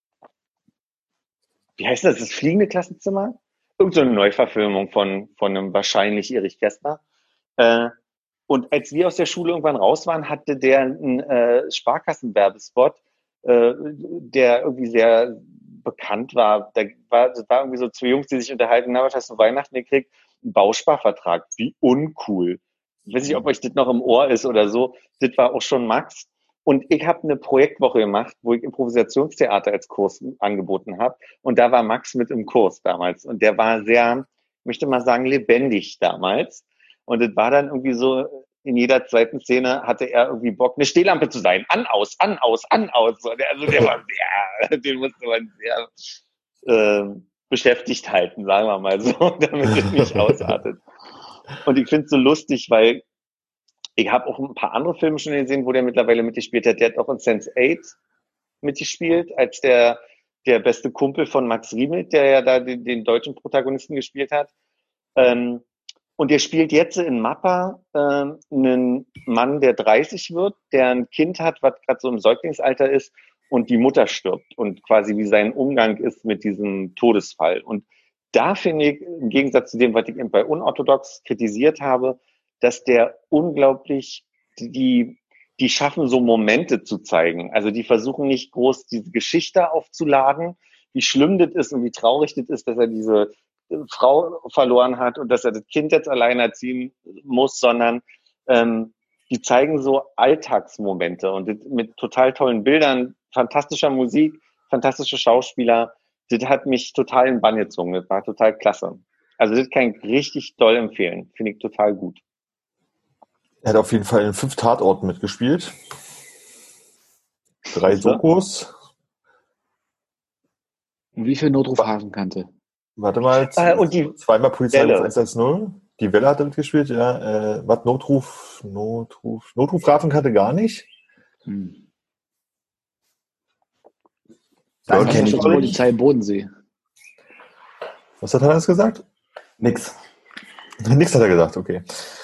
wie heißt das, das fliegende Klassenzimmer? Irgend so eine Neuverfilmung von, von einem wahrscheinlich Erich Kästner. Äh, und als wir aus der Schule irgendwann raus waren, hatte der einen äh, Sparkassenwerbespot, äh, der irgendwie sehr bekannt war. Da war. Das war irgendwie so zwei Jungs, die sich unterhalten, na, was hast du Weihnachten gekriegt? Ein Bausparvertrag. Wie uncool. Ich weiß nicht, ob euch das noch im Ohr ist oder so. Das war auch schon Max. Und ich habe eine Projektwoche gemacht, wo ich Improvisationstheater als Kurs angeboten habe. Und da war Max mit im Kurs damals. Und der war sehr, ich möchte mal sagen, lebendig damals. Und es war dann irgendwie so, in jeder zweiten Szene hatte er irgendwie Bock, eine Stehlampe zu sein. An, aus, an, aus, an, aus. Also der war sehr, den musste man sehr äh, beschäftigt halten, sagen wir mal so, damit es nicht ausartet. Und ich finde es so lustig, weil ich habe auch ein paar andere Filme schon gesehen, wo der mittlerweile mitgespielt hat. Der hat auch in Sense eight mitgespielt, als der, der beste Kumpel von Max Riemelt, der ja da den, den deutschen Protagonisten gespielt hat. Ähm, und der spielt jetzt in Mappa ähm, einen Mann, der dreißig wird, der ein Kind hat, was gerade so im Säuglingsalter ist und die Mutter stirbt und quasi wie sein Umgang ist mit diesem Todesfall. Und da finde ich, im Gegensatz zu dem, was ich eben bei Unorthodox kritisiert habe, dass der unglaublich, die, die schaffen so Momente zu zeigen. Also die versuchen nicht groß diese Geschichte aufzuladen, wie schlimm das ist und wie traurig das ist, dass er diese Frau verloren hat und dass er das Kind jetzt allein erziehen muss, sondern ähm, die zeigen so Alltagsmomente und das mit total tollen Bildern, fantastischer Musik, fantastische Schauspieler. Das hat mich total in den Bann gezogen. Das war total klasse. Also das kann ich richtig doll empfehlen. Finde ich total gut. Er hat auf jeden Fall in fünf Tatorten mitgespielt. Drei Siehste? Dokus. Und wie viel Notrufhafenkante? Warte mal. Äh, und die zweimal Polizeiruf Welle. eins eins null. Die Welle hat er mitgespielt, ja. Äh, was? Notruf, Notruf, Notrufhafenkante gar nicht. Hm. Dann Was kenn ist ich mit ihn. Polizei Bodensee? Was hat er jetzt gesagt? Nix. Nichts hat er gesagt, okay.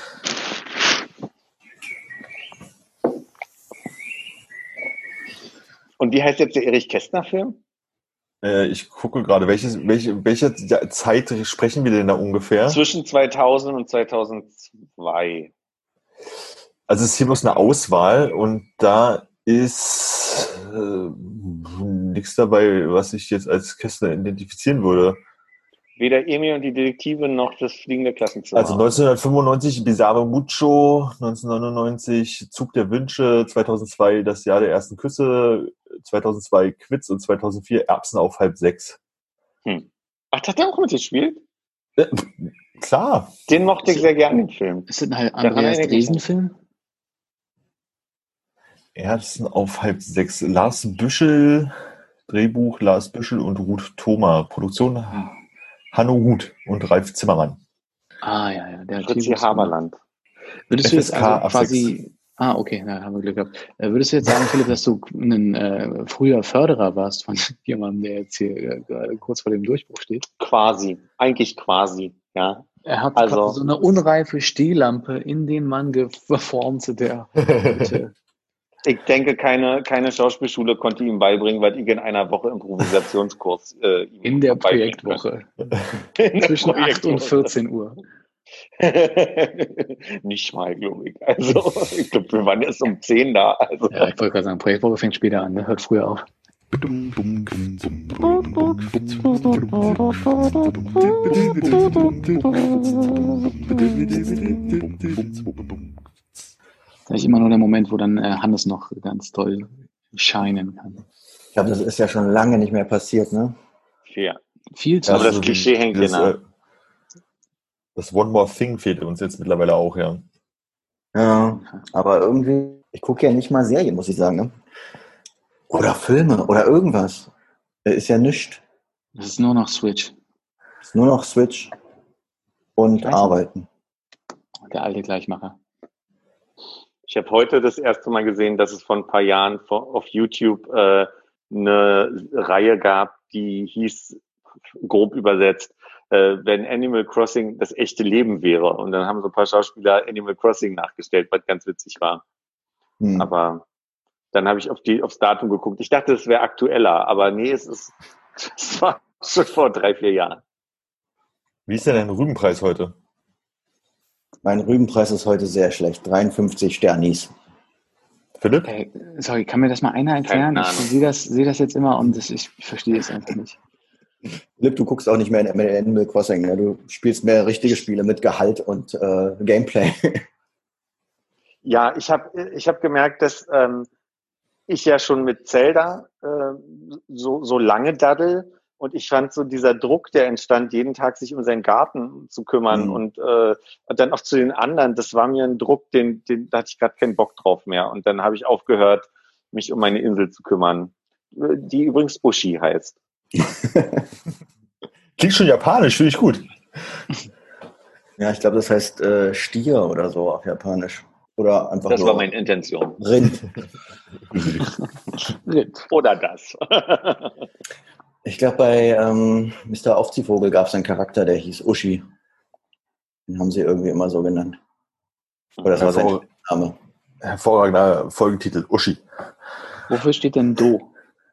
Und wie heißt jetzt der Erich Kästner-Film? Äh, ich gucke gerade, welches, welche, welche Zeit sprechen wir denn da ungefähr? Zwischen zweitausend und zweitausendzwei. Also es ist hier bloß eine Auswahl und da ist äh, nichts dabei, was ich jetzt als Kästner identifizieren würde. Weder Emil und die Detektive noch das fliegende Klassenzimmer. Also neunzehnhundertfünfundneunzig Bizarre Mucho, neunzehnhundertneunundneunzig Zug der Wünsche, zweitausendzwei Das Jahr der ersten Küsse, zweitausendzwei Quiz und zweitausendvier Erbsen auf halb sechs. Hm. Ach, das hat er auch mitgespielt? Äh, klar. Den mochte ich sehr gerne, den Film. Ist das ein Daran Andreas erinnere ich mich. Dresen-Film? Erbsen auf halb sechs. Lars Büschel, Drehbuch Lars Büschel und Ruth Thoma. Produktion Hanno Huth und Ralf Zimmermann. Ah, ja, ja. Der hat Fritzi viel Haberland. Würdest du jetzt F S K also quasi, ah, okay, na, haben wir Glück gehabt. Äh, Würdest du jetzt sagen, Philipp, dass du ein äh, früher Förderer warst von jemandem, der jetzt hier äh, gerade kurz vor dem Durchbruch steht? Quasi. Eigentlich quasi, ja. Er hat Also- quasi so eine unreife Stehlampe in den Mann geformt, der heute Ich denke, keine, keine Schauspielschule konnte ihm beibringen, was ich in einer Woche Improvisationskurs äh, ihm in der beibringen Projektwoche könnte. In der zwischen acht und Projektwoche. vierzehn Uhr. Nicht mal, glaube ich. Also, ich glaube, wir waren erst um zehn da. Also. Ja, ich wollte gerade sagen, Projektwoche fängt später an, ne? Hört früher auf. Das ist immer nur der Moment, wo dann äh, Hannes noch ganz toll scheinen kann. Ich glaube, das ist ja schon lange nicht mehr passiert, ne? Ja. Viel zu Aber das Also Klischee hängt dieses, hier nach. äh, Das One More Thing fehlt uns jetzt mittlerweile auch, ja. Ja, aber irgendwie, ich gucke ja nicht mal Serien, muss ich sagen, ne? Oder Filme oder irgendwas. Äh, Ist ja nichts. Das ist nur noch Switch. Ist nur noch Switch und Ich weiß Arbeiten. Der alte Gleichmacher. Ich habe heute das erste Mal gesehen, dass es vor ein paar Jahren vor- auf YouTube äh, eine Reihe gab, die hieß, grob übersetzt, äh, wenn Animal Crossing das echte Leben wäre. Und dann haben so ein paar Schauspieler Animal Crossing nachgestellt, was ganz witzig war. Hm. Aber dann habe ich auf die, aufs Datum geguckt. Ich dachte, es wäre aktueller, aber nee, es ist, es war schon vor drei, vier Jahren. Wie ist denn dein Rübenpreis heute? Mein Rübenpreis ist heute sehr schlecht. dreiundfünfzig Sternis. Philipp? Ey, sorry, kann mir das mal einer erklären? Keine Ich Ahnung. sehe das, sehe das jetzt immer und das, ich verstehe es einfach nicht. Philipp, du guckst auch nicht mehr in Animal Crossing. Ne? Du spielst mehr richtige Spiele mit Gehalt und äh, Gameplay. Ja, ich habe ich hab gemerkt, dass ähm, ich ja schon mit Zelda äh, so, so lange daddel und ich fand so dieser Druck, der entstand, jeden Tag sich um seinen Garten zu kümmern Mhm. und, äh, und dann auch zu den anderen, das war mir ein Druck, den, den da hatte ich gerade keinen Bock drauf mehr. Und dann habe ich aufgehört, mich um meine Insel zu kümmern, die übrigens Ushi heißt. Klingt schon japanisch, finde ich gut. Ja, ich glaube, das heißt äh, Stier oder so auf Japanisch. Oder einfach Das nur war meine Intention. Rind. Oder das. Ich glaube, bei ähm, Mister Aufziehvogel gab es einen Charakter, der hieß Uschi. Den haben sie irgendwie immer so genannt. Oder das war sein Also, Name. hervorragender Folgentitel, Uschi. Wofür steht denn Do?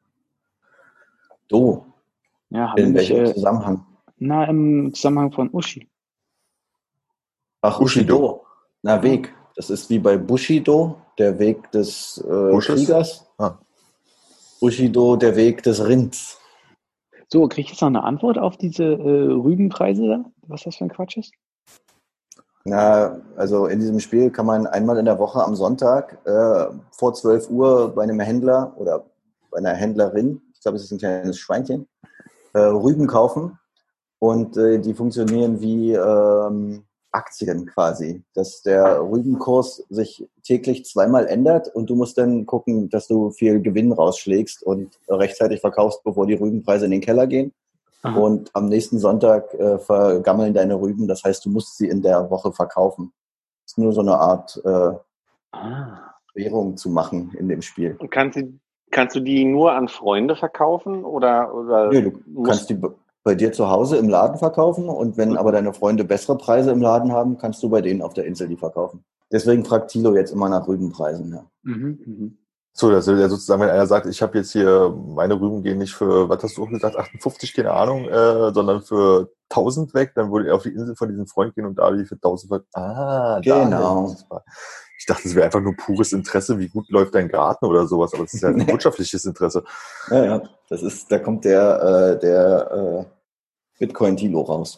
Do. Ja, haben wir In nicht, welchem äh, Zusammenhang? na, im Zusammenhang von Uschi. Ach, Bushido. Ushido. Na, Weg. Das ist wie bei Bushido, der Weg des äh, Busches? Kriegers. Ah. Bushido, der Weg des Rinds. So, kriege ich jetzt noch eine Antwort auf diese äh, Rübenpreise da? Was das für ein Quatsch ist? Na, also in diesem Spiel kann man einmal in der Woche am Sonntag äh, vor zwölf Uhr bei einem Händler oder bei einer Händlerin, ich glaube, es ist ein kleines Schweinchen, äh, Rüben kaufen. und äh, die funktionieren wie ähm, Aktien quasi, dass der Rübenkurs sich täglich zweimal ändert und du musst dann gucken, dass du viel Gewinn rausschlägst und rechtzeitig verkaufst, bevor die Rübenpreise in den Keller gehen. Aha. Und am nächsten Sonntag äh, vergammeln deine Rüben, das heißt, du musst sie in der Woche verkaufen. Das ist nur so eine Art äh, Ah. Währung zu machen in dem Spiel. Und kannst du, kannst du die nur an Freunde verkaufen oder, oder Nee, du musst, kannst die b- bei dir zu Hause im Laden verkaufen und wenn aber deine Freunde bessere Preise im Laden haben, kannst du bei denen auf der Insel die verkaufen. Deswegen fragt Thilo jetzt immer nach Rübenpreisen. Ja. Mhm, mhm. So, das will ja sozusagen, wenn einer sagt, ich habe jetzt hier, meine Rüben gehen nicht für, was hast du auch gesagt, achtundfünfzig, keine Ahnung, äh, sondern für tausend weg, dann würde er auf die Insel von diesem Freund gehen und da die für tausend ver- Ah, Genau. daher. Ich dachte, es wäre einfach nur pures Interesse, wie gut läuft dein Garten oder sowas, aber es ist ja ein wirtschaftliches Interesse. Ja, ja, das ist, da kommt der, äh, der äh, Bitcoin-Thilo raus.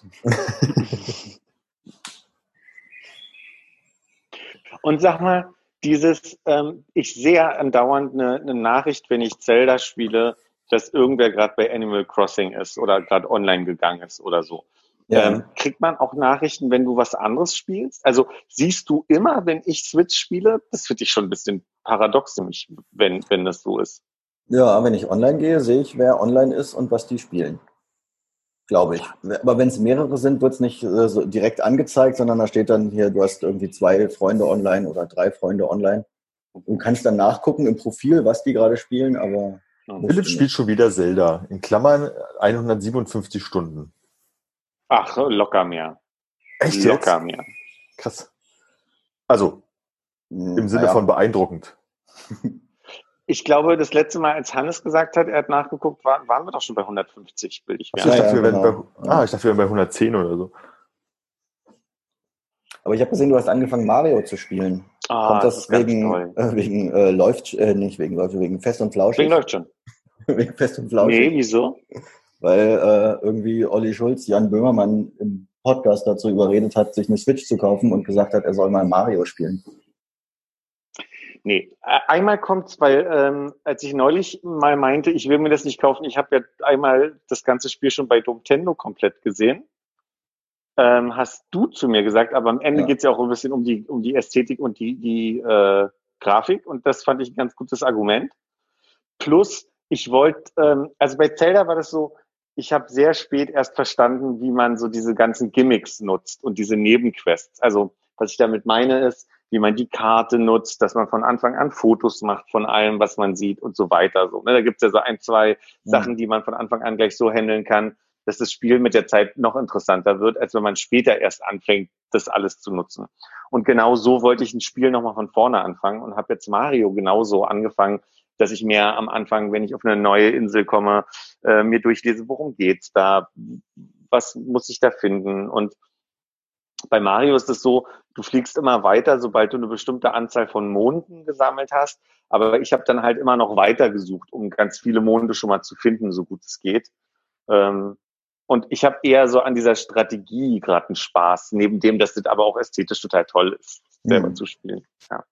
Und sag mal, dieses, ähm, ich sehe andauernd eine, eine Nachricht, wenn ich Zelda spiele, dass irgendwer gerade bei Animal Crossing ist oder gerade online gegangen ist oder so. Ja. Ähm, kriegt man auch Nachrichten, wenn du was anderes spielst? Also siehst du immer, wenn ich Switch spiele? Das finde ich schon ein bisschen paradox, nämlich, wenn, wenn das so ist. Ja, wenn ich online gehe, sehe ich, wer online ist und was die spielen. Glaube ich. Aber wenn es mehrere sind, wird es nicht äh, so direkt angezeigt, sondern da steht dann hier, du hast irgendwie zwei Freunde online oder drei Freunde online. Du kannst dann nachgucken im Profil, was die gerade spielen, aber musst Philipp du spielt nicht. schon wieder Zelda. In Klammern hundertsiebenundfünfzig Stunden. Ach, locker mehr. Echt Locker jetzt? mehr. Krass. Also, Hm, im Sinne naja. von beeindruckend. Ich glaube, das letzte Mal, als Hannes gesagt hat, er hat nachgeguckt, waren, waren wir doch schon bei hundertfünfzig, will ich Achso, ich Ja, dachte, ja, wir wären genau. bei, ah, ich dachte, wir wären bei hundertzehn oder so. Aber ich habe gesehen, du hast angefangen, Mario zu spielen. Ah, Kommt das das ist ganz wegen, toll. äh, wegen äh, läuft, äh, nicht wegen läuft, wegen fest und flauschig? Deswegen läuft schon. Wegen fest und Nee, flauschig? wieso? Weil äh, irgendwie Olli Schulz, Jan Böhmermann im Podcast dazu überredet hat, sich eine Switch zu kaufen und gesagt hat, er soll mal Mario spielen. Nee, äh, einmal kommt's, weil ähm, als ich neulich mal meinte, ich will mir das nicht kaufen, ich habe ja einmal das ganze Spiel schon bei Nintendo komplett gesehen, ähm, hast du zu mir gesagt, aber am Ende Ja. geht's ja auch ein bisschen um die um die Ästhetik und die die äh, Grafik und das fand ich ein ganz gutes Argument. Plus, ich wollte, ähm, also bei Zelda war das so, ich habe sehr spät erst verstanden, wie man so diese ganzen Gimmicks nutzt und diese Nebenquests. Also, was ich damit meine ist, wie man die Karte nutzt, dass man von Anfang an Fotos macht von allem, was man sieht und so weiter. So, ne? Da gibt's ja so ein, zwei Sachen, die man von Anfang an gleich so handeln kann, dass das Spiel mit der Zeit noch interessanter wird, als wenn man später erst anfängt, das alles zu nutzen. Und genau so wollte ich ein Spiel nochmal von vorne anfangen und habe jetzt Mario genauso angefangen, dass ich mir am Anfang, wenn ich auf eine neue Insel komme, äh, mir durchlese, worum geht's da, was muss ich da finden. Und bei Mario ist es so, du fliegst immer weiter, sobald du eine bestimmte Anzahl von Monden gesammelt hast. Aber ich habe dann halt immer noch weiter gesucht, um ganz viele Monde schon mal zu finden, so gut es geht. Ähm, und ich habe eher so an dieser Strategie gerade einen Spaß, neben dem, dass das aber auch ästhetisch total toll ist, selber Mhm. zu spielen. Ja.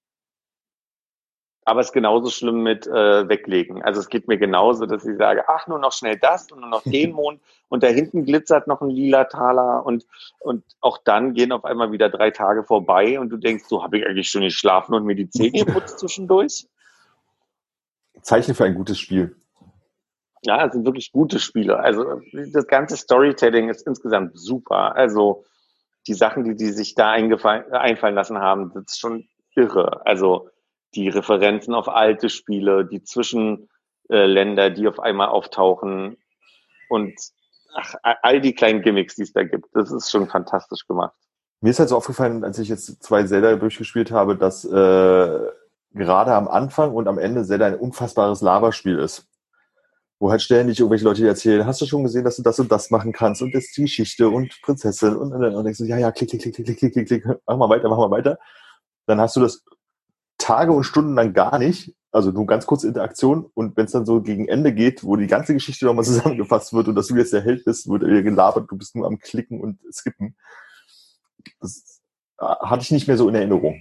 Aber es ist genauso schlimm mit äh, Weglegen. Also es geht mir genauso, dass ich sage, ach, nur noch schnell das und nur noch den Mond und da hinten glitzert noch ein lila Taler und und auch dann gehen auf einmal wieder drei Tage vorbei und du denkst, so habe ich eigentlich schon geschlafen und mir die Zähne geputzt zwischendurch. Zeichen für ein gutes Spiel. Ja, es sind wirklich gute Spiele. Also das ganze Storytelling ist insgesamt super. Also die Sachen, die die sich da eingefallen, einfallen lassen haben, das ist schon irre. Also die Referenzen auf alte Spiele, die Zwischenländer, die auf einmal auftauchen und ach, all die kleinen Gimmicks, die es da gibt. Das ist schon fantastisch gemacht. Mir ist halt so aufgefallen, als ich jetzt zwei Zelda durchgespielt habe, dass äh, gerade am Anfang und am Ende Zelda ein unfassbares Laberspiel ist. Wo halt ständig irgendwelche Leute dir erzählen, hast du schon gesehen, dass du das und das machen kannst und das ist die Geschichte und Prinzessin und dann und denkst du, ja, ja, klick, klick, klick, klick, klick, klick, klick, mach mal weiter, mach mal weiter. Dann hast du das Tage und Stunden lang gar nicht, also nur ganz kurze Interaktion und wenn es dann so gegen Ende geht, wo die ganze Geschichte nochmal zusammengefasst wird und dass du jetzt der Held bist, wird wieder gelabert, du bist nur am Klicken und Skippen. Das hatte ich nicht mehr so in Erinnerung.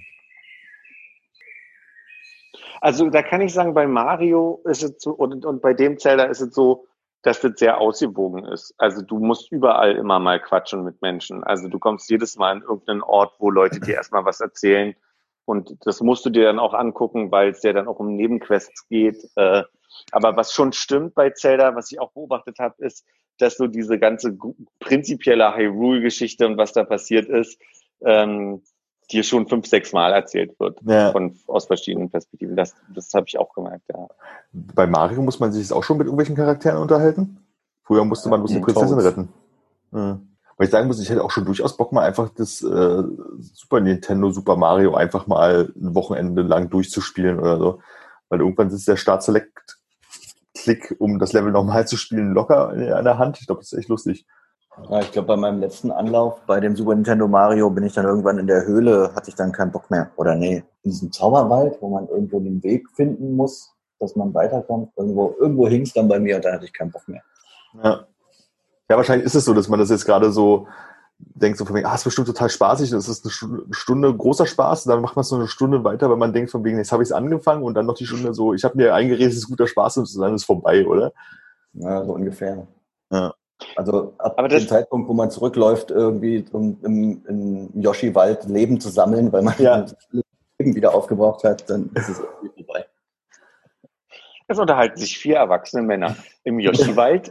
Also da kann ich sagen, bei Mario ist es so, und, und bei dem Zelda ist es so, dass das sehr ausgewogen ist. Also du musst überall immer mal quatschen mit Menschen. Also du kommst jedes Mal an irgendeinen Ort, wo Leute dir erstmal was erzählen. Und das musst du dir dann auch angucken, weil es ja dann auch um Nebenquests geht. Äh, aber was schon stimmt bei Zelda, was ich auch beobachtet habe, ist, dass so diese ganze prinzipielle Hyrule-Geschichte und was da passiert ist, ähm, dir schon fünf, sechs Mal erzählt wird. Ja. Von, aus verschiedenen Perspektiven. Das, das habe ich auch gemerkt, ja. Bei Mario muss man sich jetzt auch schon mit irgendwelchen Charakteren unterhalten? Früher musste man bloß die Prinzessin Toads. retten. Mhm. Weil ich sagen muss, ich hätte auch schon durchaus Bock, mal einfach das äh, Super Nintendo, Super Mario einfach mal ein Wochenende lang durchzuspielen oder so. Weil irgendwann ist der Start-Select-Klick, um das Level normal zu spielen, locker in der Hand. Ich glaube, das ist echt lustig. Ja, ich glaube, bei meinem letzten Anlauf bei dem Super Nintendo Mario bin ich dann irgendwann in der Höhle, hatte ich dann keinen Bock mehr. Oder nee, in diesem Zauberwald, wo man irgendwo den Weg finden muss, dass man weiterkommt. Irgendwo, irgendwo hing es dann bei mir und dann hatte ich keinen Bock mehr. Ja. Ja, wahrscheinlich ist es so, dass man das jetzt gerade so denkt, so von wegen, ah, ist bestimmt total spaßig, das ist eine Stunde großer Spaß, und dann macht man es so eine Stunde weiter, weil man denkt von wegen, jetzt habe ich es angefangen und dann noch die Stunde so, ich habe mir eingeredet, es ist guter Spaß und dann ist es vorbei, oder? Ja, so ungefähr. Ja. Also ab Aber dem das- Zeitpunkt, wo man zurückläuft, irgendwie um im, im Yoshi-Wald Leben zu sammeln, weil man Ja. das Leben wieder aufgebraucht hat, dann ist es irgendwie vorbei. Es unterhalten sich vier erwachsene Männer im Yoshi-Wald.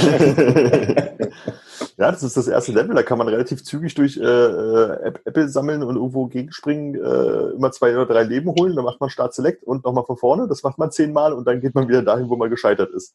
Ja, das ist das erste Level, da kann man relativ zügig durch äh, äh, Äpfel sammeln und irgendwo gegenspringen, äh, immer zwei oder drei Leben holen, dann macht man Start Select und nochmal von vorne, das macht man zehnmal und dann geht man wieder dahin, wo man gescheitert ist.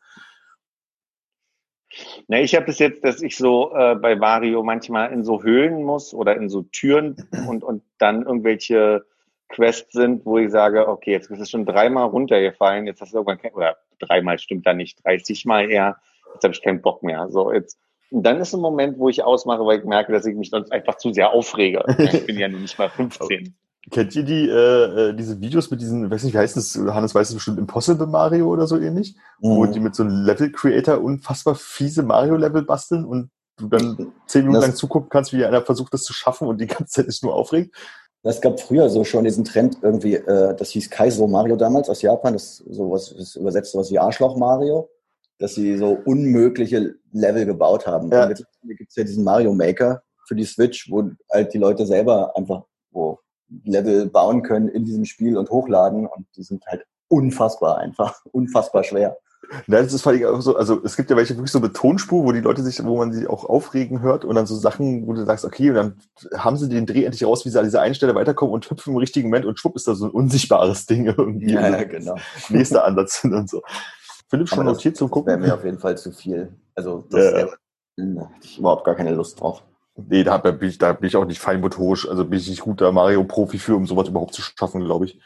Na, ich habe bis jetzt, dass ich so äh, bei Mario manchmal in so Höhlen muss oder in so Türen und, und dann irgendwelche Quests sind, wo ich sage, okay, jetzt bist du schon dreimal runtergefallen, jetzt hast du irgendwann kein, oder dreimal stimmt da nicht, dreißig Mal eher, jetzt habe ich keinen Bock mehr. So, jetzt, und dann ist ein Moment, wo ich ausmache, weil ich merke, dass ich mich sonst einfach zu sehr aufrege. Ich bin ja nun nicht mal fünfzehn. Kennt ihr die äh, diese Videos mit diesen, ich weiß nicht, wie heißt das, Hannes weiß es bestimmt, Impossible Mario oder so ähnlich, mhm. wo die mit so einem Level-Creator unfassbar fiese Mario-Level basteln und du dann zehn Minuten das, lang zugucken kannst, wie einer versucht, das zu schaffen und die ganze Zeit sich nur aufregt. Es gab früher so schon diesen Trend irgendwie, äh, das hieß Kaizo Mario damals aus Japan, das sowas das übersetzt sowas wie Arschloch Mario, dass sie so unmögliche Level gebaut haben. Ja. Und jetzt gibt es ja diesen Mario Maker für die Switch, wo halt die Leute selber einfach wo Level bauen können in diesem Spiel und hochladen und die sind halt unfassbar einfach, unfassbar schwer. Nein, das ist vor allem auch so, also es gibt ja welche wirklich so eine Tonspur, wo die Leute sich, wo man sie auch aufregen hört und dann so Sachen, wo du sagst, okay, und dann haben sie den Dreh endlich raus, wie sie an dieser einen Stelle weiterkommen und hüpfen im richtigen Moment und schwupp ist da so ein unsichtbares Ding irgendwie. Ja, also ja, genau. Nächster Ansatz und so. Philipp schon Aber notiert das, zum das Gucken? wäre mir auf jeden Fall zu viel. Also das Ja. wär, da hätte ich überhaupt gar keine Lust drauf. Nee, da bin ich, da bin ich auch nicht feinmotorisch, also bin ich nicht guter Mario-Profi für, um sowas überhaupt zu schaffen, glaube ich.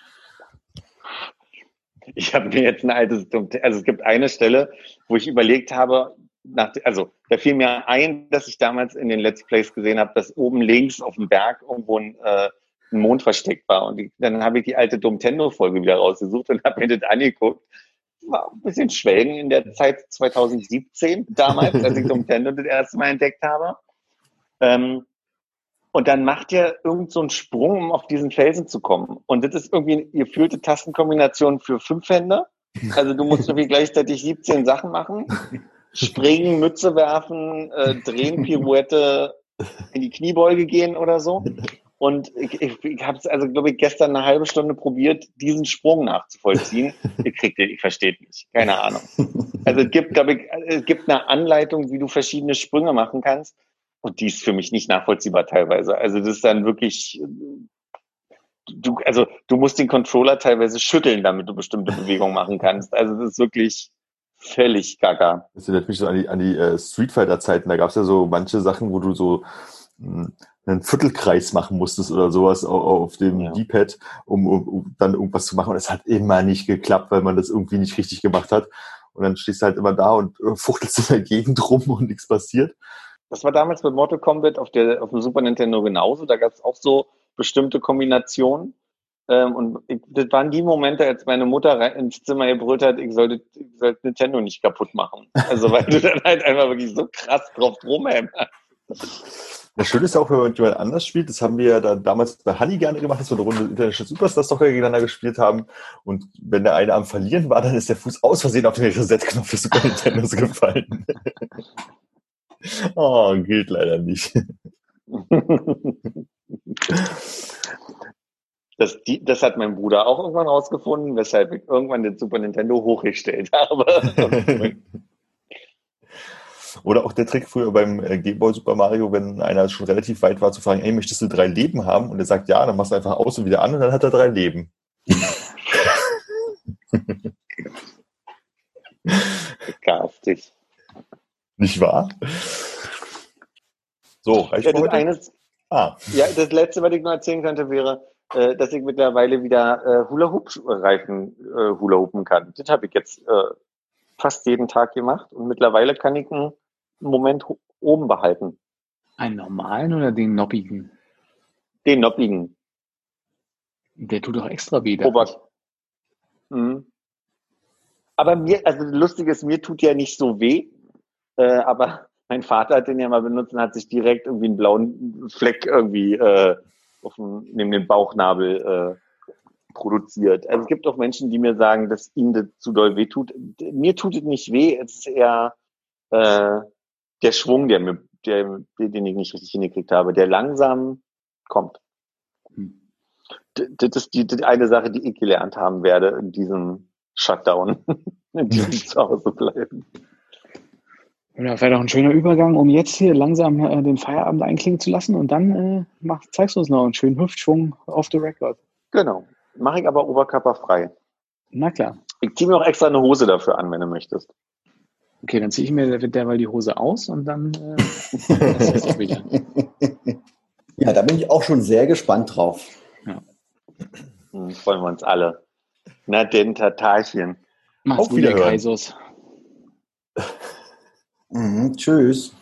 Ich habe mir jetzt ein altes, also es gibt eine Stelle, wo ich überlegt habe, nach, also da fiel mir ein, dass ich damals in den Let's Plays gesehen habe, dass oben links auf dem Berg irgendwo ein, äh, ein Mond versteckt war. Und die, dann habe ich die alte Domtendo-Folge wieder rausgesucht und habe mir das angeguckt. War ein bisschen schwelgen in der Zeit zwanzig siebzehn, damals, als ich Domtendo das erste Mal entdeckt habe. Ähm, Und dann macht ihr irgend so einen Sprung, um auf diesen Felsen zu kommen. Und das ist irgendwie eine gefühlte Tastenkombination für fünf Hände. Also du musst irgendwie gleichzeitig siebzehn Sachen machen. Springen, Mütze werfen, äh, drehen, Pirouette, in die Kniebeuge gehen oder so. Und ich, ich, ich habe es also, glaube ich, gestern eine halbe Stunde probiert, diesen Sprung nachzuvollziehen. Ich krieg den, ich verstehe nicht. Keine Ahnung. Also es gibt, glaube ich, es gibt eine Anleitung, wie du verschiedene Sprünge machen kannst. Und die ist für mich nicht nachvollziehbar teilweise. Also das ist dann wirklich, du, also du musst den Controller teilweise schütteln, damit du bestimmte Bewegungen machen kannst. Also das ist wirklich völlig gaga. Das erinnert mich so an die, an die äh, Street Fighter-Zeiten. Da gab es ja so manche Sachen, wo du so mh, einen Viertelkreis machen musstest oder sowas auf, auf dem Ja. D-Pad, um, um, um dann irgendwas zu machen. Und es hat immer nicht geklappt, weil man das irgendwie nicht richtig gemacht hat. Und dann stehst du halt immer da und äh, fuchtelst in der Gegend rum und nichts passiert. Das war damals bei Mortal Kombat auf der auf dem Super Nintendo genauso. Da gab es auch so bestimmte Kombinationen. Ähm, und ich, das waren die Momente, als meine Mutter rein ins Zimmer gebrüllt hat, ich sollte, ich sollte Nintendo nicht kaputt machen. Also weil du dann halt einfach wirklich so krass drauf rumhämmerst. Das Schöne ist ja auch, wenn man mit jemand anders spielt, das haben wir ja dann damals bei Honey gerne gemacht, dass wir eine Runde International Superstar Soccer gegeneinander gespielt haben. Und wenn der eine am Verlieren war, dann ist der Fuß aus Versehen auf den Reset-Knopf des Super Nintendos gefallen. Oh, gilt leider nicht. Das, die, das hat mein Bruder auch irgendwann rausgefunden, weshalb ich irgendwann den Super Nintendo hochgestellt habe. Oder auch der Trick früher beim äh, Game Boy Super Mario, wenn einer schon relativ weit war, zu fragen, ey, möchtest du drei Leben haben? Und er sagt ja, dann machst du einfach aus und wieder an und dann hat er drei Leben. Garstig. Nicht wahr? So, reicht Ja, für das, heute? eines, Ah. ja, das Letzte, was ich noch erzählen könnte, wäre, äh, dass ich mittlerweile wieder äh, Hula-Hoop-Reifen äh, Hula-Hoopen kann. Das habe ich jetzt äh, fast jeden Tag gemacht und mittlerweile kann ich einen Moment ho- oben behalten. Einen normalen oder den noppigen? Den noppigen. Der tut doch extra weh. dachte Ober. ich. Mhm. Aber mir, also lustig ist, mir tut ja nicht so weh, äh, aber mein Vater hat den ja mal benutzt und hat sich direkt irgendwie einen blauen Fleck irgendwie äh, auf dem, neben dem Bauchnabel äh, produziert. Also es gibt auch Menschen, die mir sagen, dass ihnen das zu doll weh tut. Mir tut es nicht weh, es ist eher äh, der Schwung, der mir, der, den ich nicht richtig hingekriegt habe, der langsam kommt. Hm. D- Das ist die, die eine Sache, die ich gelernt haben werde in diesem Shutdown, in diesem Zuhause bleiben. Ja, wäre doch ein schöner Übergang, um jetzt hier langsam äh, den Feierabend einklingen zu lassen und dann äh, mach, zeigst du uns noch einen schönen Hüftschwung off the record. Genau. Mache ich aber oberkörperfrei. Na klar. Ich ziehe mir auch extra eine Hose dafür an, wenn du möchtest. Okay, dann ziehe ich mir derweil die Hose aus und dann äh, das ist doch wieder. Ja, da bin ich auch schon sehr gespannt drauf. Hm, freuen wir uns alle. Na denn, Tatarchen. Macht's Auf gut, ihr Wiederhören. Kaisos. Mhm, tschüss.